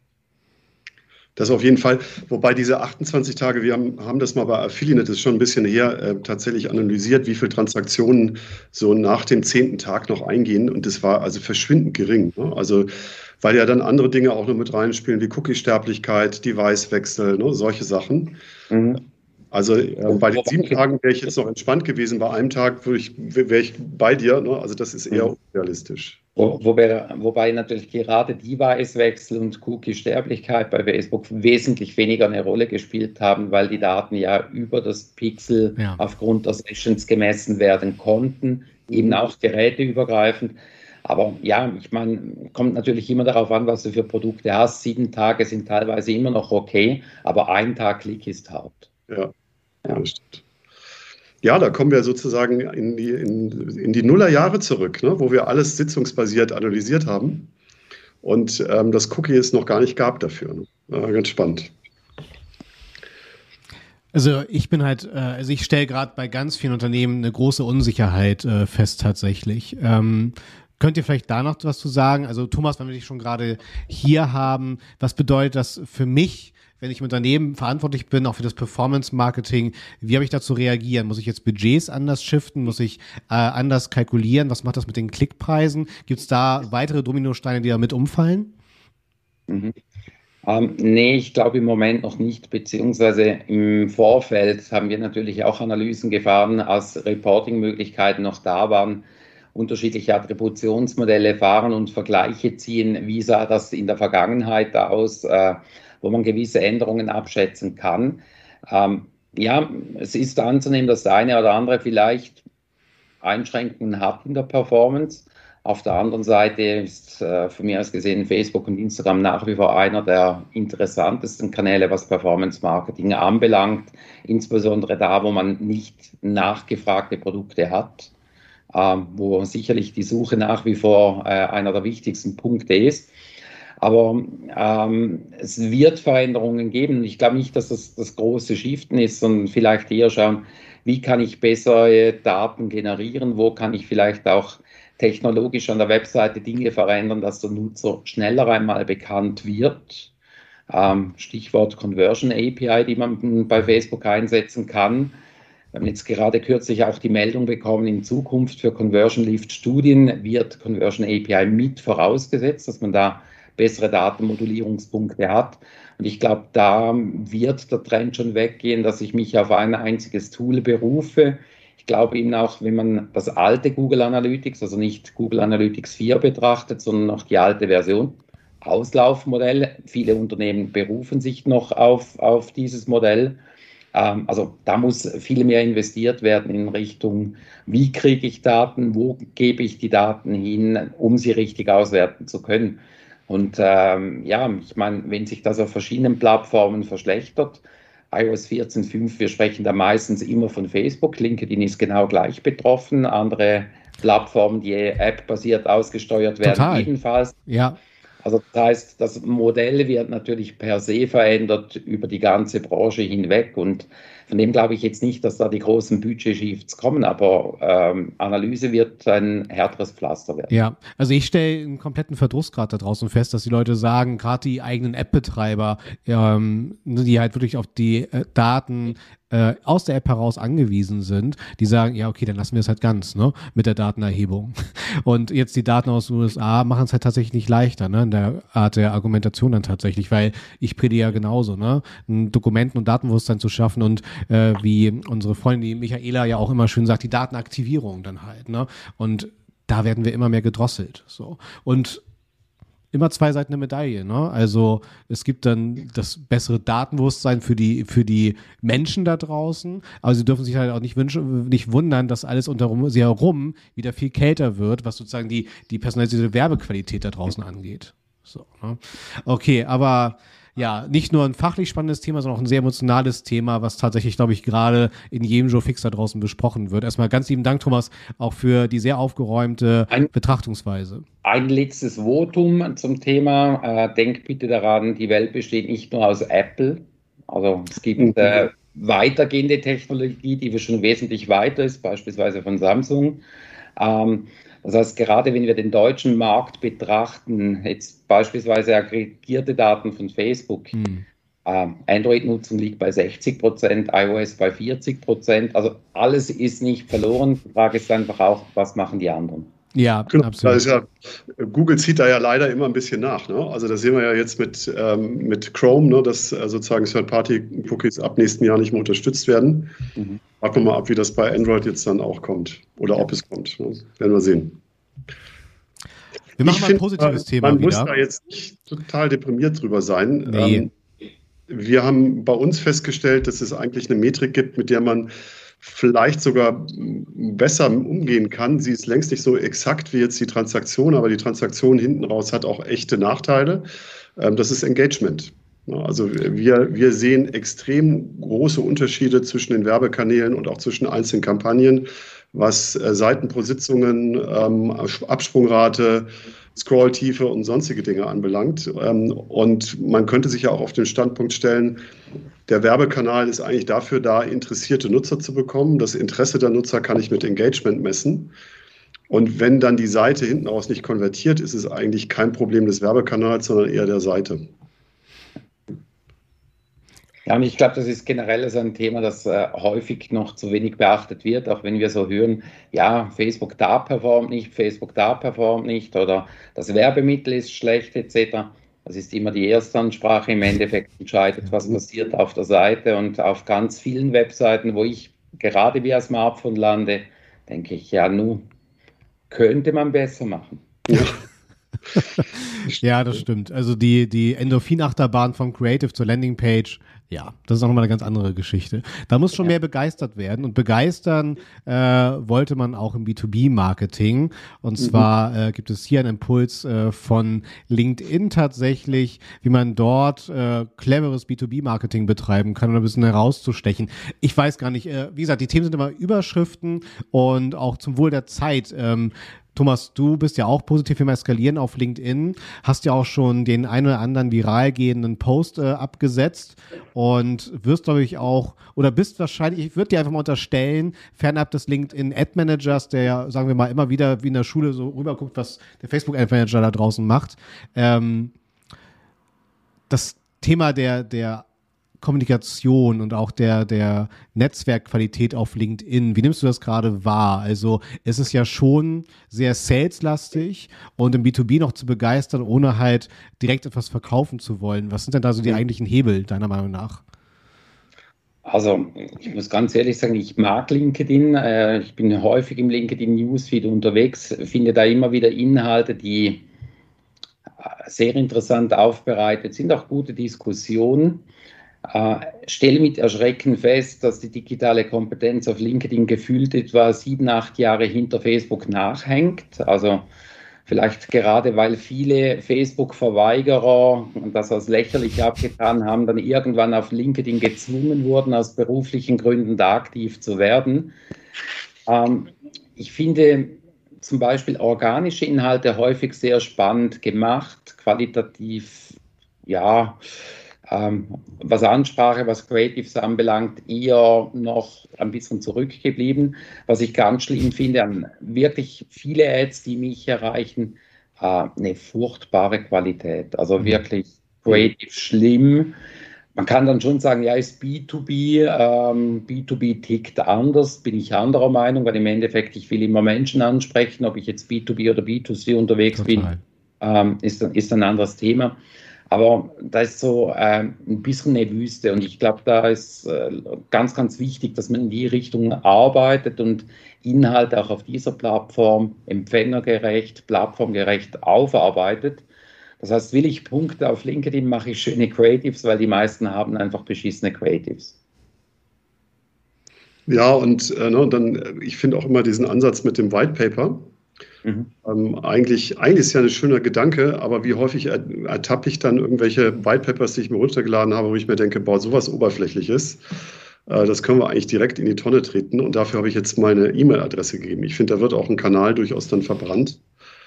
S2: Das auf jeden Fall, wobei diese 28 Tage, wir haben das mal bei Affiliate, das ist schon ein bisschen her, tatsächlich analysiert, wie viele Transaktionen so nach dem 10. Tag noch eingehen, und das war also verschwindend gering. Ne? Also weil ja dann andere Dinge auch noch mit reinspielen, wie Cookie-Sterblichkeit, Device-Wechsel, ne? Solche Sachen. Mhm. Also bei den 7 Tagen wäre ich jetzt noch entspannt gewesen, bei einem Tag wäre ich bei dir, ne? Also das ist eher unrealistisch.
S4: Wobei natürlich gerade Device-Wechsel und Cookie-Sterblichkeit bei Facebook wesentlich weniger eine Rolle gespielt haben, weil die Daten ja über das Pixel aufgrund der Sessions gemessen werden konnten, eben auch geräteübergreifend. Aber ja, ich meine, kommt natürlich immer darauf an, was du für Produkte hast. 7 Tage sind teilweise immer noch okay, aber ein Tag Klick ist hart.
S2: Ja, das stimmt. Ja, da kommen wir sozusagen in die Nullerjahre zurück, ne, wo wir alles sitzungsbasiert analysiert haben und das Cookie es noch gar nicht gab dafür. Ne? Ganz spannend.
S3: Also ich bin halt, also ich stelle gerade bei ganz vielen Unternehmen eine große Unsicherheit fest tatsächlich. Könnt ihr vielleicht da noch was zu sagen? Also Thomas, wenn wir dich schon gerade hier haben, was bedeutet das für mich, wenn ich im Unternehmen verantwortlich bin, auch für das Performance-Marketing? Wie habe ich da zu reagieren? Muss ich jetzt Budgets anders shiften? Muss ich anders kalkulieren? Was macht das mit den Klickpreisen? Gibt es da weitere Dominosteine, die da mit umfallen?
S4: Mhm. Nee, ich glaube im Moment noch nicht, beziehungsweise im Vorfeld haben wir natürlich auch Analysen gefahren, als Reporting-Möglichkeiten noch da waren, unterschiedliche Attributionsmodelle fahren und Vergleiche ziehen, wie sah das in der Vergangenheit aus, wo man gewisse Änderungen abschätzen kann. Ja, es ist anzunehmen, dass der eine oder andere vielleicht Einschränkungen hat in der Performance. Auf der anderen Seite ist von mir aus gesehen Facebook und Instagram nach wie vor einer der interessantesten Kanäle, was Performance Marketing anbelangt, insbesondere da, wo man nicht nachgefragte Produkte hat, wo sicherlich die Suche nach wie vor einer der wichtigsten Punkte ist. Aber es wird Veränderungen geben. Ich glaube nicht, dass das große Shiften ist, sondern vielleicht eher schauen, wie kann ich bessere Daten generieren, wo kann ich vielleicht auch technologisch an der Webseite Dinge verändern, dass der Nutzer schneller einmal bekannt wird. Stichwort Conversion API, die man bei Facebook einsetzen kann. Wir haben jetzt gerade kürzlich auch die Meldung bekommen, in Zukunft für Conversion Lift Studien wird Conversion API mit vorausgesetzt, dass man da bessere Datenmodulierungspunkte hat. Und ich glaube, da wird der Trend schon weggehen, dass ich mich auf ein einziges Tool berufe. Ich glaube eben auch, wenn man das alte Google Analytics, also nicht Google Analytics 4 betrachtet, sondern noch die alte Version, Auslaufmodell, viele Unternehmen berufen sich noch auf dieses Modell. Also da muss viel mehr investiert werden in Richtung, wie kriege ich Daten, wo gebe ich die Daten hin, um sie richtig auswerten zu können. Und ja, ich meine, wenn sich das auf verschiedenen Plattformen verschlechtert, iOS 14.5, wir sprechen da meistens immer von Facebook, LinkedIn ist genau gleich betroffen, andere Plattformen, die App-basiert ausgesteuert werden,
S3: Total.
S4: Ebenfalls.
S3: Ja.
S4: Also das heißt, das Modell wird natürlich per se verändert über die ganze Branche hinweg und von dem glaube ich jetzt nicht, dass da die großen Budget-Shifts kommen, aber Analyse wird ein härteres Pflaster werden.
S3: Ja, also ich stelle einen kompletten Verdruss gerade da draußen fest, dass die Leute sagen, gerade die eigenen App-Betreiber, die halt wirklich auf die Daten aus der App heraus angewiesen sind, die sagen, ja, okay, dann lassen wir es halt ganz, ne, mit der Datenerhebung. Und jetzt die Daten aus den USA machen es halt tatsächlich nicht leichter, ne, in der Art der Argumentation dann tatsächlich, weil ich predige ja genauso, ne, ein Dokumenten- und Datenbewusstsein zu schaffen und wie unsere Freundin, die Michaela ja auch immer schön sagt, die Datenaktivierung dann halt, ne, und da werden wir immer mehr gedrosselt, so. Und immer zwei Seiten der Medaille, ne? Also es gibt dann das bessere Datenbewusstsein für die Menschen da draußen, aber sie dürfen sich halt auch nicht wundern, dass alles sie herum wieder viel kälter wird, was sozusagen die personalisierte Werbequalität da draußen angeht. So, ne? Okay, aber ja, nicht nur ein fachlich spannendes Thema, sondern auch ein sehr emotionales Thema, was tatsächlich, glaube ich, gerade in jedem Joe Fix da draußen besprochen wird. Erstmal ganz lieben Dank, Thomas, auch für die sehr aufgeräumte Betrachtungsweise. Ein
S4: letztes Votum zum Thema. Denkt bitte daran, die Welt besteht nicht nur aus Apple. Also es gibt weitergehende Technologie, die schon wesentlich weiter ist, beispielsweise von Samsung. Das heißt, gerade wenn wir den deutschen Markt betrachten, jetzt beispielsweise aggregierte Daten von Facebook, Android-Nutzung liegt bei 60%, iOS bei 40%, also alles ist nicht verloren. Die Frage ist einfach auch, was machen die anderen?
S3: Ja,
S2: genau,
S3: absolut.
S2: Das ist ja, Google zieht da ja leider immer ein bisschen nach. Ne? Also das sehen wir ja jetzt mit Chrome, ne, dass sozusagen Third-Party-Cookies ab nächsten Jahr nicht mehr unterstützt werden. Warten wir mal ab, wie das bei Android jetzt dann auch kommt. Oder ob es kommt. Ne? Werden wir sehen.
S3: Wir machen mal ein positives Thema
S2: man
S3: wieder.
S2: Man muss da jetzt nicht total deprimiert drüber sein.
S3: Nee.
S2: Wir haben bei uns festgestellt, dass es eigentlich eine Metrik gibt, mit der man vielleicht sogar besser umgehen kann. Sie ist längst nicht so exakt wie jetzt die Transaktion, aber die Transaktion hinten raus hat auch echte Nachteile. Das ist Engagement. Also wir sehen extrem große Unterschiede zwischen den Werbekanälen und auch zwischen einzelnen Kampagnen, was Seiten pro Sitzungen, Absprungrate, Scrolltiefe und sonstige Dinge anbelangt. Und man könnte sich ja auch auf den Standpunkt stellen, der Werbekanal ist eigentlich dafür da, interessierte Nutzer zu bekommen. Das Interesse der Nutzer kann ich mit Engagement messen. Und wenn dann die Seite hinten raus nicht konvertiert, ist es eigentlich kein Problem des Werbekanals, sondern eher der Seite.
S4: Ja, und ich glaube, das ist generell so ein Thema, das häufig noch zu wenig beachtet wird, auch wenn wir so hören, ja, Facebook da performt nicht oder das Werbemittel ist schlecht etc. Das ist immer die Erstansprache, im Endeffekt entscheidet, was passiert auf der Seite, und auf ganz vielen Webseiten, wo ich gerade via Smartphone lande, denke ich, ja, nun könnte man besser machen.
S3: Ja, das stimmt. Also die Endorphin-Achterbahn vom Creative zur Landingpage, ja, das ist auch nochmal eine ganz andere Geschichte. Da muss schon mehr begeistert werden, und begeistern wollte man auch im B2B-Marketing, und zwar gibt es hier einen Impuls von LinkedIn tatsächlich, wie man dort cleveres B2B-Marketing betreiben kann, um ein bisschen herauszustechen. Ich weiß gar nicht, wie gesagt, die Themen sind immer Überschriften und auch zum Wohl der Zeit. Thomas, du bist ja auch positiv im Eskalieren auf LinkedIn, hast ja auch schon den einen oder anderen viral gehenden Post abgesetzt und wirst, glaube ich, auch, oder bist wahrscheinlich, ich würde dir einfach mal unterstellen, fernab des LinkedIn Ad Managers, der ja, sagen wir mal, immer wieder wie in der Schule so rüberguckt, was der Facebook Ad Manager da draußen macht, das Thema der Kommunikation und auch der Netzwerkqualität auf LinkedIn, wie nimmst du das gerade wahr? Also es ist ja schon sehr saleslastig und im B2B noch zu begeistern, ohne halt direkt etwas verkaufen zu wollen. Was sind denn da so die eigentlichen Hebel, deiner Meinung nach?
S4: Also ich muss ganz ehrlich sagen, ich mag LinkedIn. Ich bin häufig im LinkedIn Newsfeed unterwegs, finde da immer wieder Inhalte, die sehr interessant aufbereitet sind, auch gute Diskussionen. Stelle mit Erschrecken fest, dass die digitale Kompetenz auf LinkedIn gefühlt etwa 7-8 Jahre hinter Facebook nachhängt. Also vielleicht gerade, weil viele Facebook-Verweigerer das als lächerlich abgetan haben, dann irgendwann auf LinkedIn gezwungen wurden, aus beruflichen Gründen da aktiv zu werden. Ich finde zum Beispiel organische Inhalte häufig sehr spannend gemacht, qualitativ, ja, was Ansprache, was Creatives anbelangt, eher noch ein bisschen zurückgeblieben. Was ich ganz schlimm finde, an wirklich viele Ads, die mich erreichen, eine furchtbare Qualität. Also wirklich creative schlimm. Man kann dann schon sagen, ja, ist B2B, B2B tickt anders, bin ich anderer Meinung, weil im Endeffekt, ich will immer Menschen ansprechen, ob ich jetzt B2B oder B2C unterwegs bin, ist ein anderes Thema. Aber da ist so ein bisschen eine Wüste, und ich glaube, da ist ganz, ganz wichtig, dass man in die Richtung arbeitet und Inhalte auch auf dieser Plattform empfängergerecht, plattformgerecht aufarbeitet. Das heißt, will ich Punkte auf LinkedIn, mache ich schöne Creatives, weil die meisten haben einfach beschissene Creatives.
S2: Ja, und dann, ich finde auch immer diesen Ansatz mit dem White Paper. Eigentlich ist ja ein schöner Gedanke, aber wie häufig ertappe ich dann irgendwelche White Papers, die ich mir runtergeladen habe, wo ich mir denke, boah, sowas Oberflächliches, das können wir eigentlich direkt in die Tonne treten, und dafür habe ich jetzt meine E-Mail-Adresse gegeben. Ich finde, da wird auch ein Kanal durchaus dann verbrannt,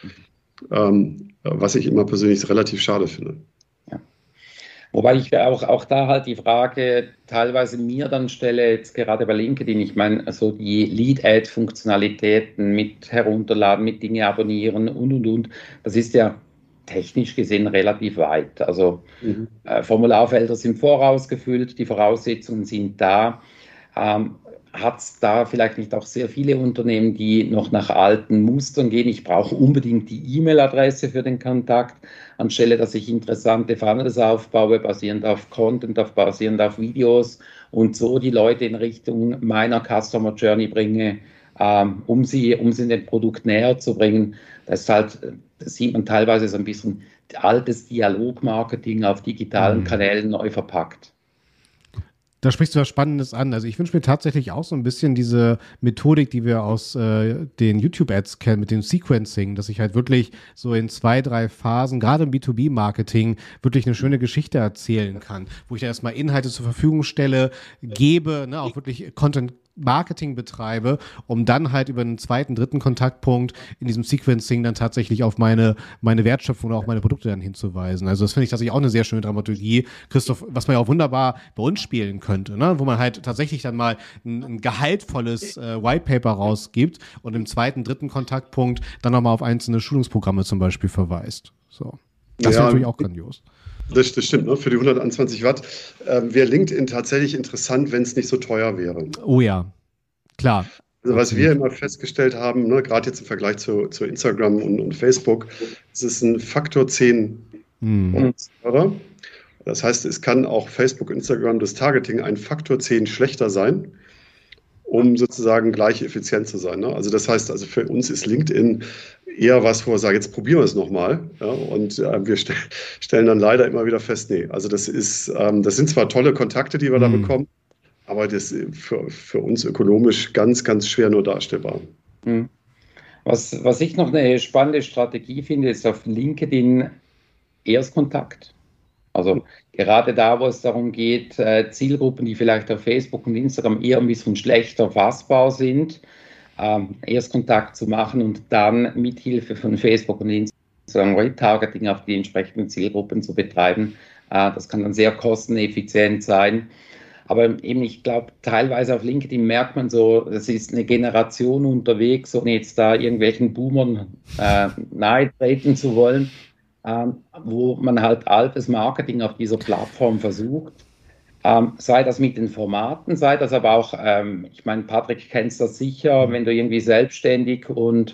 S2: was ich immer persönlich relativ schade finde.
S4: Ja. Wobei ich auch da halt die Frage teilweise mir dann stelle, jetzt gerade bei LinkedIn, ich meine, also die Lead-Ad-Funktionalitäten mit herunterladen, mit Dinge abonnieren und, das ist ja technisch gesehen relativ weit. Also Formularfelder sind vorausgefüllt, die Voraussetzungen sind da. Hat es da vielleicht nicht auch sehr viele Unternehmen, die noch nach alten Mustern gehen? Ich brauche unbedingt die E-Mail-Adresse für den Kontakt, anstelle dass ich interessante Funnels aufbaue, basierend auf Content, basierend auf Videos, und so die Leute in Richtung meiner Customer Journey bringe, um sie in dem Produkt näher zu bringen. Das sieht man teilweise so ein bisschen altes Dialogmarketing auf digitalen Kanälen neu verpackt.
S3: Da sprichst du was Spannendes an. Also ich wünsche mir tatsächlich auch so ein bisschen diese Methodik, die wir aus den YouTube-Ads kennen, mit dem Sequencing, dass ich halt wirklich so in 2-3 Phasen, gerade im B2B-Marketing, wirklich eine schöne Geschichte erzählen kann, wo ich da erstmal Inhalte zur Verfügung stelle, gebe, ne, auch wirklich Content Marketing betreibe, um dann halt über einen zweiten, dritten Kontaktpunkt in diesem Sequencing dann tatsächlich auf meine Wertschöpfung oder auch meine Produkte dann hinzuweisen. Also das finde ich tatsächlich auch eine sehr schöne Dramaturgie, Christoph, was man ja auch wunderbar bei uns spielen könnte, ne? Wo man halt tatsächlich dann mal ein gehaltvolles White Paper rausgibt und im zweiten, dritten Kontaktpunkt dann nochmal auf einzelne Schulungsprogramme zum Beispiel verweist. So. Das wäre natürlich auch grandios.
S2: Das stimmt, ne? Für die 121 Watt wäre LinkedIn tatsächlich interessant, wenn es nicht so teuer wäre.
S3: Oh ja, klar.
S2: Also was wir immer festgestellt haben, ne, gerade jetzt im Vergleich zu Instagram und Facebook, es ist ein Faktor 10 teurer. Das heißt, es kann auch Facebook, Instagram, das Targeting ein Faktor 10 schlechter sein, um sozusagen gleich effizient zu sein. Ne? Also das heißt, also für uns ist LinkedIn eher was, wo wir sagen, jetzt probieren wir es nochmal. Ja? Und wir stellen dann leider immer wieder fest, nee, also das sind zwar tolle Kontakte, die wir da bekommen, aber das ist für uns ökonomisch ganz, ganz schwer nur darstellbar.
S4: Was ich noch eine spannende Strategie finde, ist auf LinkedIn Erstkontakt. Also gerade da, wo es darum geht, Zielgruppen, die vielleicht auf Facebook und Instagram eher ein bisschen schlechter fassbar sind, Erstkontakt zu machen und dann mithilfe von Facebook und Instagram Retargeting auf die entsprechenden Zielgruppen zu betreiben. Das kann dann sehr kosteneffizient sein. Aber eben, ich glaube, teilweise auf LinkedIn merkt man so, es ist eine Generation unterwegs, ohne jetzt da irgendwelchen Boomern nahe treten zu wollen, wo man halt altes Marketing auf dieser Plattform versucht. Sei das mit den Formaten, sei das aber auch, ich meine, Patrick, kennst das sicher, wenn du irgendwie selbstständig und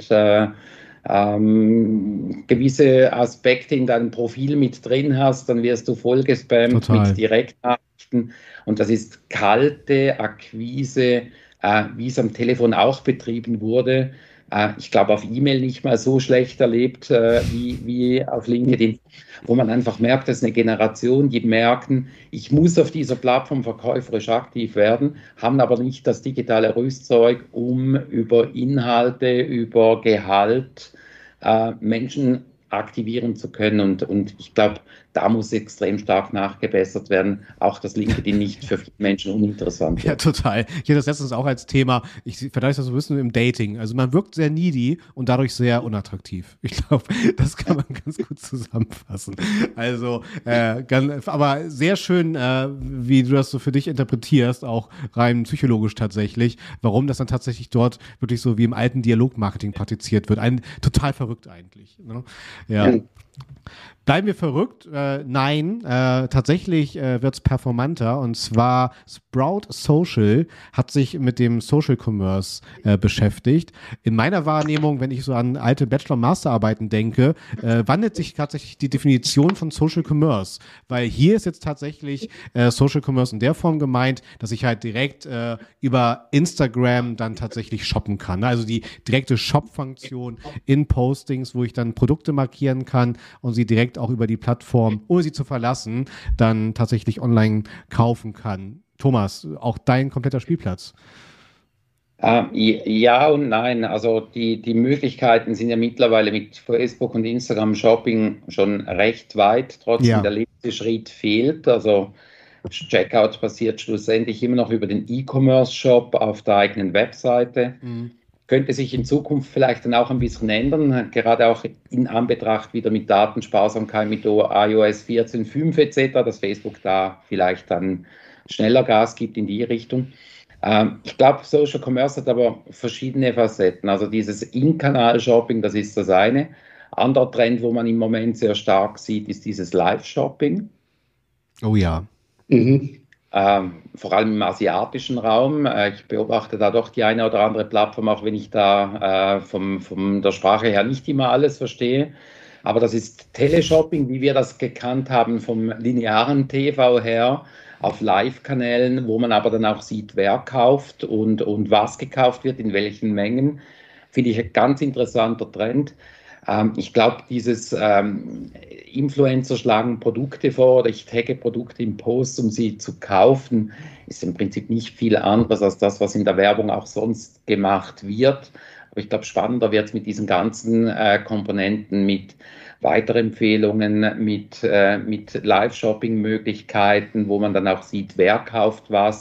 S4: gewisse Aspekte in deinem Profil mit drin hast, dann wirst du vollgespammt mit Direktnachrichten. Und das ist kalte Akquise, wie es am Telefon auch betrieben wurde. Ich glaube, auf E-Mail nicht mal so schlecht erlebt wie auf LinkedIn, wo man einfach merkt, dass eine Generation, die merken, ich muss auf dieser Plattform verkäuferisch aktiv werden, haben aber nicht das digitale Rüstzeug, um über Inhalte, über Gehalt Menschen aktivieren zu können. Und ich glaube, da muss extrem stark nachgebessert werden. Auch das LinkedIn nicht für viele Menschen uninteressant.
S3: Ja, total. Ich hatte das letztens auch als Thema. Ich vergleiche das so ein bisschen im Dating. Also man wirkt sehr needy und dadurch sehr unattraktiv. Ich glaube, das kann man ganz gut zusammenfassen. Also, aber sehr schön, wie du das so für dich interpretierst, auch rein psychologisch tatsächlich, warum das dann tatsächlich dort wirklich so wie im alten Dialogmarketing praktiziert wird. Total verrückt eigentlich. Ne? Ja. Bleiben wir verrückt? Nein, tatsächlich wird es performanter, und zwar Sprout Social hat sich mit dem Social Commerce beschäftigt. In meiner Wahrnehmung, wenn ich so an alte Bachelor-Masterarbeiten denke, wandelt sich tatsächlich die Definition von Social Commerce, weil hier ist jetzt tatsächlich Social Commerce in der Form gemeint, dass ich halt direkt über Instagram dann tatsächlich shoppen kann. Also die direkte Shop-Funktion in Postings, wo ich dann Produkte markieren kann und sie direkt auch über die Plattform, ohne sie zu verlassen, dann tatsächlich online kaufen kann. Thomas, auch dein kompletter Spielplatz.
S4: Ja und nein. Also die Möglichkeiten sind ja mittlerweile mit Facebook und Instagram Shopping schon recht weit. Trotzdem der letzte Schritt fehlt. Also Checkout passiert schlussendlich immer noch über den E-Commerce-Shop auf der eigenen Webseite. Könnte sich in Zukunft vielleicht dann auch ein bisschen ändern, gerade auch in Anbetracht wieder mit Datensparsamkeit, mit iOS 14.5 etc., dass Facebook da vielleicht dann schneller Gas gibt in die Richtung. Ich glaube, Social Commerce hat aber verschiedene Facetten. Also dieses In-Kanal-Shopping, das ist das eine. Anderer Trend, wo man im Moment sehr stark sieht, ist dieses Live-Shopping.
S3: Oh ja.
S4: Vor allem im asiatischen Raum. Ich beobachte da doch die eine oder andere Plattform, auch wenn ich da von der Sprache her nicht immer alles verstehe. Aber das ist Teleshopping, wie wir das gekannt haben vom linearen TV her, auf Live-Kanälen, wo man aber dann auch sieht, wer kauft und was gekauft wird, in welchen Mengen. Finde ich ein ganz interessanter Trend. Ich glaube, dieses Influencer schlagen Produkte vor oder ich tagge Produkte im Post, um sie zu kaufen, ist im Prinzip nicht viel anderes als das, was in der Werbung auch sonst gemacht wird. Aber ich glaube, spannender wird es mit diesen ganzen Komponenten, mit Weiterempfehlungen, mit Live-Shopping-Möglichkeiten, wo man dann auch sieht, wer kauft was.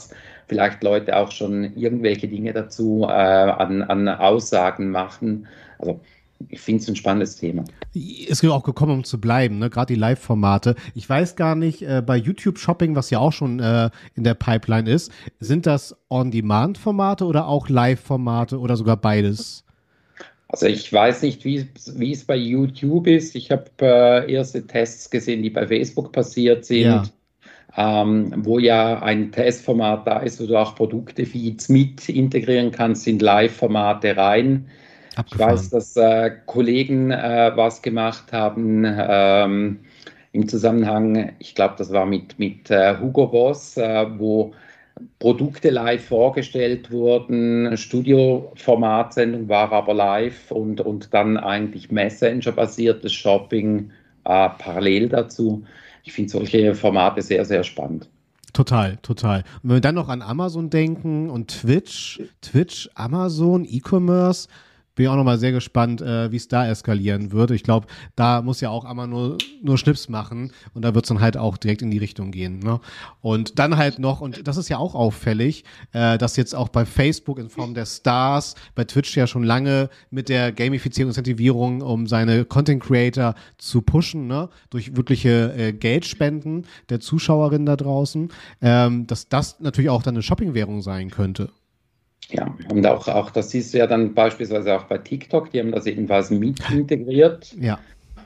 S4: vielleicht Leute auch schon irgendwelche Dinge dazu an Aussagen machen. Also ich finde es ein spannendes Thema.
S3: Ist auch gekommen, um zu bleiben, ne? Gerade die Live-Formate. Ich weiß gar nicht, bei YouTube-Shopping, was ja auch schon in der Pipeline ist, sind das On-Demand-Formate oder auch Live-Formate oder sogar beides?
S4: Also ich weiß nicht, wie es bei YouTube ist. Ich habe erste Tests gesehen, die bei Facebook passiert sind, wo ja ein Testformat da ist, wo du auch Produkte-Feeds mit integrieren kannst in Live-Formate rein.
S3: Abgefahren.
S4: Ich weiß, dass Kollegen was gemacht haben im Zusammenhang, ich glaube, das war mit Hugo Boss, wo Produkte live vorgestellt wurden, Studio-Formatsendung war aber live und dann eigentlich Messenger-basiertes Shopping parallel dazu. Ich finde solche Formate sehr, sehr spannend.
S3: Total, total. Und wenn wir dann noch an Amazon denken und Twitch, Amazon, E-Commerce, bin ich auch nochmal sehr gespannt, wie es da eskalieren wird. Ich glaube, da muss ja auch Amazon nur Schnips machen und da wird es dann halt auch direkt in die Richtung gehen. Ne? Und dann halt noch, und das ist ja auch auffällig, dass jetzt auch bei Facebook in Form der Stars, bei Twitch ja schon lange mit der Gamifizierung und Incentivierung, um seine Content Creator zu pushen, ne? Durch wirkliche Geldspenden der Zuschauerinnen da draußen, dass das natürlich auch dann eine Shopping-Währung sein könnte.
S4: Ja, und auch das siehst du ja dann beispielsweise auch bei TikTok, die haben das ebenfalls mit integriert,
S3: Ja.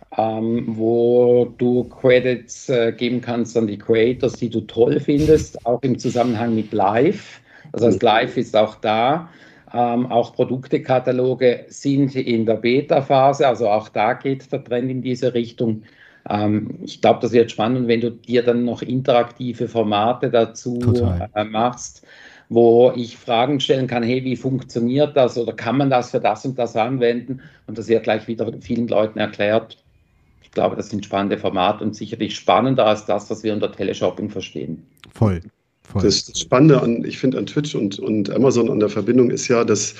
S4: Wo du Credits geben kannst an die Creators, die du toll findest, auch im Zusammenhang mit Live. Das heißt, Live ist auch da. Auch Produktekataloge sind in der Beta-Phase, also auch da geht der Trend in diese Richtung. Ich glaube, das wird spannend, wenn du dir dann noch interaktive Formate dazu machst, wo ich Fragen stellen kann, hey, wie funktioniert das oder kann man das für das und das anwenden? Und das wird gleich wieder vielen Leuten erklärt. Ich glaube, das sind spannende Formate und sicherlich spannender als das, was wir unter Teleshopping verstehen.
S3: Voll.
S2: Das Spannende an Twitch und Amazon an der Verbindung ist ja, dass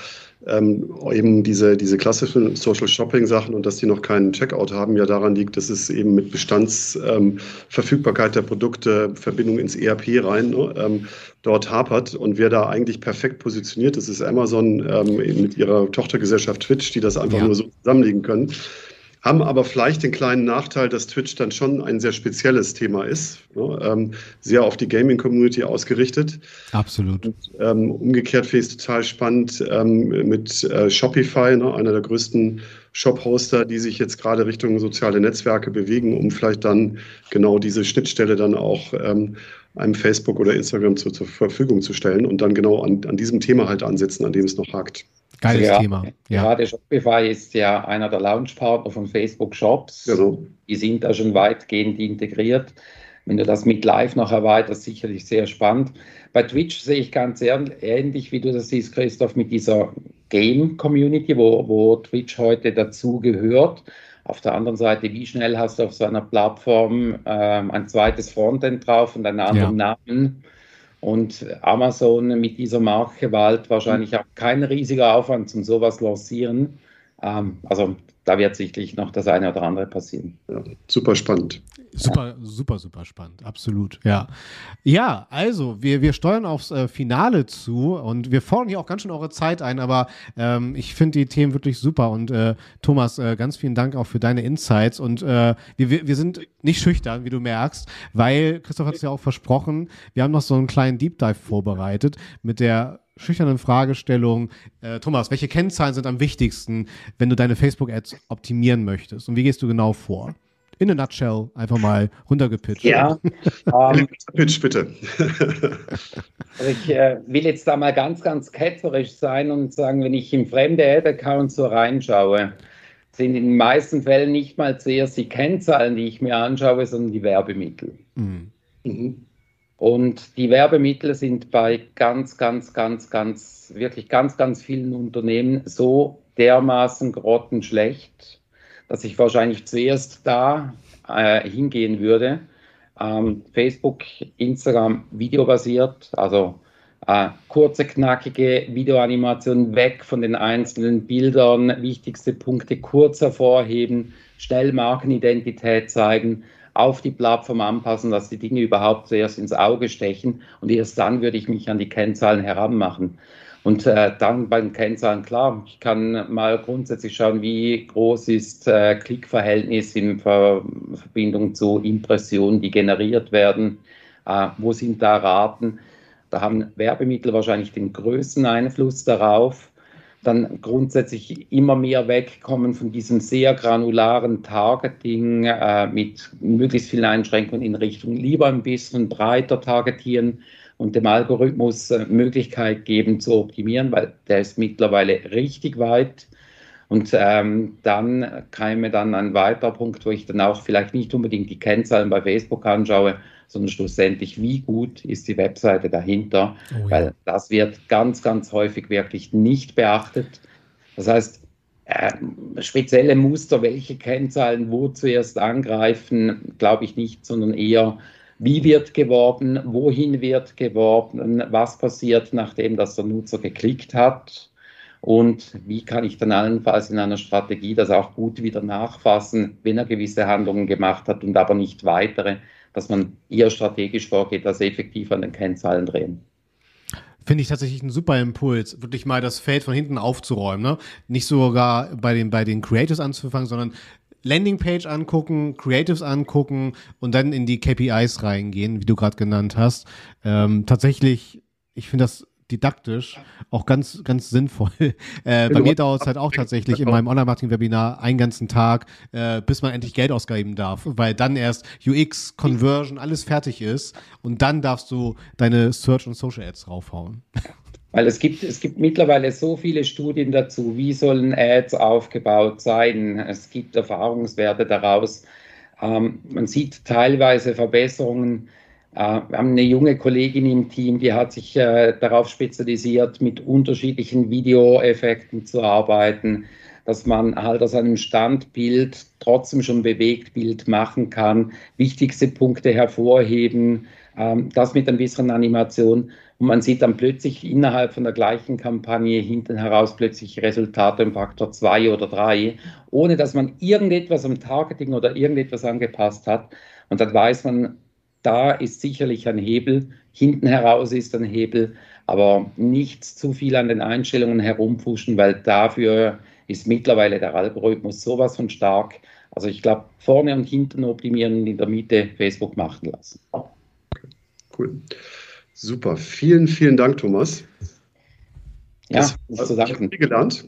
S2: eben diese klassischen Social Shopping Sachen und dass die noch keinen Checkout haben, ja daran liegt, dass es eben mit Bestandsverfügbarkeit der Produkte, Verbindung ins ERP rein, dort hapert. Und wer da eigentlich perfekt positioniert ist, ist Amazon mit ihrer Tochtergesellschaft Twitch, die das einfach nur so zusammenlegen können. Haben aber vielleicht den kleinen Nachteil, dass Twitch dann schon ein sehr spezielles Thema ist, ne? Sehr auf die Gaming-Community ausgerichtet.
S3: Absolut.
S2: Und, umgekehrt finde ich es total spannend mit Shopify, ne? Einer der größten Shop-Hoster, die sich jetzt gerade Richtung soziale Netzwerke bewegen, um vielleicht dann genau diese Schnittstelle dann auch einem Facebook oder Instagram zur Verfügung zu stellen und dann genau an diesem Thema halt ansetzen, an dem es noch hakt.
S3: Geiles Thema. Ja.
S4: Gerade Shopify ist ja einer der Launchpartner von Facebook Shops.
S2: Genau.
S4: Die sind da schon weitgehend integriert. Wenn du das mit Live noch erweiterst, sicherlich sehr spannend. Bei Twitch sehe ich ganz ähnlich, wie du das siehst, Christoph, mit dieser Game-Community, wo Twitch heute dazu gehört. Auf der anderen Seite, wie schnell hast du auf so einer Plattform ein zweites Frontend drauf und einen anderen Namen? Und Amazon mit dieser Marktgewalt wahrscheinlich auch kein riesiger Aufwand zum sowas lancieren. Also da wird sicherlich noch das eine oder andere passieren.
S2: Ja, super spannend.
S3: Super spannend, absolut, ja. Ja, also, wir steuern aufs Finale zu und wir fordern hier auch ganz schön eure Zeit ein, aber ich finde die Themen wirklich super und Thomas, ganz vielen Dank auch für deine Insights und wir sind nicht schüchtern, wie du merkst, weil, Christoph hat es ja auch versprochen, wir haben noch so einen kleinen Deep Dive vorbereitet mit der schüchternen Fragestellung, Thomas, welche Kennzahlen sind am wichtigsten, wenn du deine Facebook-Ads optimieren möchtest und wie gehst du genau vor? In a nutshell, einfach mal runtergepitcht.
S4: Ja.
S2: Pitch, bitte.
S4: Also ich will jetzt da mal ganz, ganz ketzerisch sein und sagen, wenn ich in fremde Ad-Accounts so reinschaue, sind in den meisten Fällen nicht mal zuerst die Kennzahlen, die ich mir anschaue, sondern die Werbemittel. Mhm. Und die Werbemittel sind bei wirklich ganz vielen Unternehmen so dermaßen grottenschlecht, dass ich wahrscheinlich zuerst da hingehen würde. Facebook, Instagram, videobasiert, also kurze, knackige Videoanimationen, weg von den einzelnen Bildern, wichtigste Punkte kurz hervorheben, schnell Markenidentität zeigen, auf die Plattform anpassen, dass die Dinge überhaupt zuerst ins Auge stechen und erst dann würde ich mich an die Kennzahlen heranmachen. Und dann bei den Kennzahlen, klar, ich kann mal grundsätzlich schauen, wie groß ist Klickverhältnis in Verbindung zu Impressionen, die generiert werden, wo sind da Raten. Da haben Werbemittel wahrscheinlich den größten Einfluss darauf. Dann grundsätzlich immer mehr wegkommen von diesem sehr granularen Targeting mit möglichst vielen Einschränkungen in Richtung lieber ein bisschen breiter targetieren und dem Algorithmus Möglichkeit geben zu optimieren, weil der ist mittlerweile richtig weit. Und dann käme dann ein weiterer Punkt, wo ich dann auch vielleicht nicht unbedingt die Kennzahlen bei Facebook anschaue, sondern schlussendlich, wie gut ist die Webseite dahinter, weil das wird ganz, ganz häufig wirklich nicht beachtet. Das heißt, spezielle Muster, welche Kennzahlen wo zuerst angreifen, glaube ich nicht, sondern eher, wie wird geworben, wohin wird geworben, was passiert, nachdem das der Nutzer geklickt hat und wie kann ich dann allenfalls in einer Strategie das auch gut wieder nachfassen, wenn er gewisse Handlungen gemacht hat und aber nicht weitere, dass man eher strategisch vorgeht, als effektiv an den Kennzahlen drehen.
S3: Finde ich tatsächlich einen super Impuls, wirklich mal das Feld von hinten aufzuräumen. Ne? Nicht sogar bei den Creatives anzufangen, sondern Landingpage angucken, Creatives angucken und dann in die KPIs reingehen, wie du gerade genannt hast. Tatsächlich, ich finde das didaktisch auch ganz, ganz sinnvoll. Bei mir dauert es halt auch tatsächlich in meinem Online-Marketing-Webinar einen ganzen Tag, bis man endlich Geld ausgeben darf, weil dann erst UX, Conversion, alles fertig ist und dann darfst du deine Search- und Social-Ads raufhauen.
S4: Weil es gibt mittlerweile so viele Studien dazu, wie sollen Ads aufgebaut sein. Es gibt Erfahrungswerte daraus. Man sieht teilweise Verbesserungen. Wir haben eine junge Kollegin im Team, die hat sich darauf spezialisiert, mit unterschiedlichen Videoeffekten zu arbeiten, dass man halt aus einem Standbild trotzdem schon Bewegtbild machen kann, wichtigste Punkte hervorheben, das mit ein bisschen Animation. Und man sieht dann plötzlich innerhalb von der gleichen Kampagne hinten heraus plötzlich Resultate im Faktor 2 oder 3, ohne dass man irgendetwas am Targeting oder irgendetwas angepasst hat. Und dann weiß man, da ist sicherlich ein Hebel, hinten heraus ist ein Hebel, aber nicht zu viel an den Einstellungen herumfuschen, weil dafür ist mittlerweile der Algorithmus sowas von stark. Also ich glaube, vorne und hinten optimieren und in der Mitte Facebook machen lassen.
S2: Okay, cool. Super. Vielen, vielen Dank, Thomas.
S4: Ja, ist zu danken.
S2: Ich habe viel gelernt.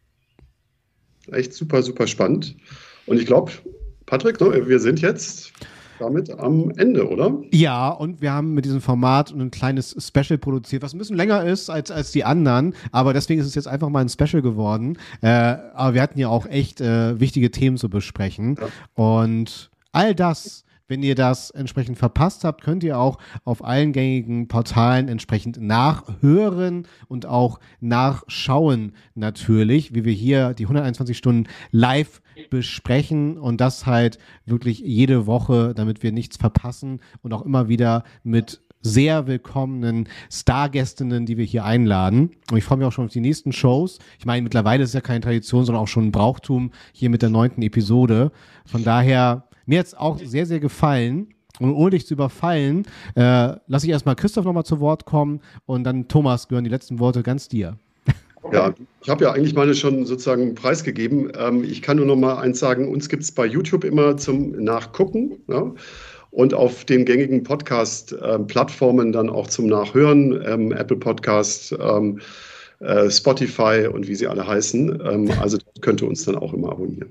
S2: Echt super, super spannend. Und ich glaube, Patrick, wir sind jetzt damit am Ende, oder?
S3: Ja, und wir haben mit diesem Format ein kleines Special produziert, was ein bisschen länger ist als die anderen, aber deswegen ist es jetzt einfach mal ein Special geworden. Aber wir hatten ja auch echt wichtige Themen zu besprechen. Ja. Und all das, wenn ihr das entsprechend verpasst habt, könnt ihr auch auf allen gängigen Portalen entsprechend nachhören und auch nachschauen natürlich, wie wir hier die 121 Stunden live besprechen und das halt wirklich jede Woche, damit wir nichts verpassen und auch immer wieder mit sehr willkommenen Stargästinnen, die wir hier einladen. Und ich freue mich auch schon auf die nächsten Shows. Ich meine, mittlerweile ist es ja keine Tradition, sondern auch schon ein Brauchtum hier mit der 9. Episode. Von daher, mir hat es auch sehr, sehr gefallen. Und ohne dich zu überfallen, lasse ich erstmal Christoph nochmal zu Wort kommen und dann Thomas, gehören die letzten Worte ganz dir.
S2: Ja, ich habe ja eigentlich meine schon sozusagen preisgegeben. Ich kann nur noch mal eins sagen, uns gibt es bei YouTube immer zum Nachgucken, ja? Und auf den gängigen Podcast-Plattformen dann auch zum Nachhören, Apple Podcast, Spotify und wie sie alle heißen. Also könnt ihr uns dann auch immer abonnieren.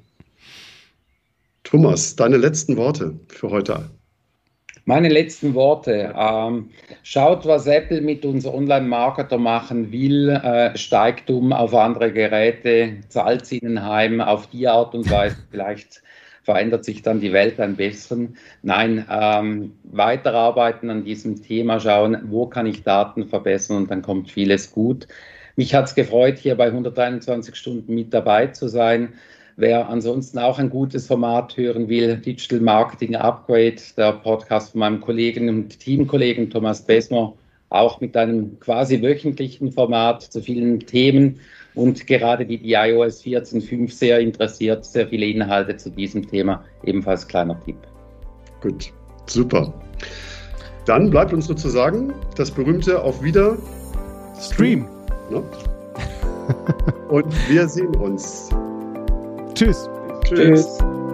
S2: Thomas, deine letzten Worte für heute.
S4: Meine letzten Worte. Schaut, was Apple mit uns Online-Marketer machen will, steigt um auf andere Geräte, zahlt sie ihnen heim, auf die Art und Weise. Vielleicht verändert sich dann die Welt ein bisschen. Nein, weiterarbeiten an diesem Thema, schauen, wo kann ich Daten verbessern und dann kommt vieles gut. Mich hat es gefreut, hier bei 121 Stunden mit dabei zu sein. Wer ansonsten auch ein gutes Format hören will, Digital Marketing Upgrade, der Podcast von meinem Kollegen und Teamkollegen Thomas Besmer, auch mit einem quasi wöchentlichen Format zu vielen Themen und gerade die iOS 14.5 sehr interessiert, sehr viele Inhalte zu diesem Thema, ebenfalls kleiner Tipp.
S2: Gut, super. Dann bleibt uns nur zu sagen, das berühmte Auf Wieder
S3: Stream.
S2: Ne? Und wir sehen uns.
S3: Tschüss.
S2: Tschüss.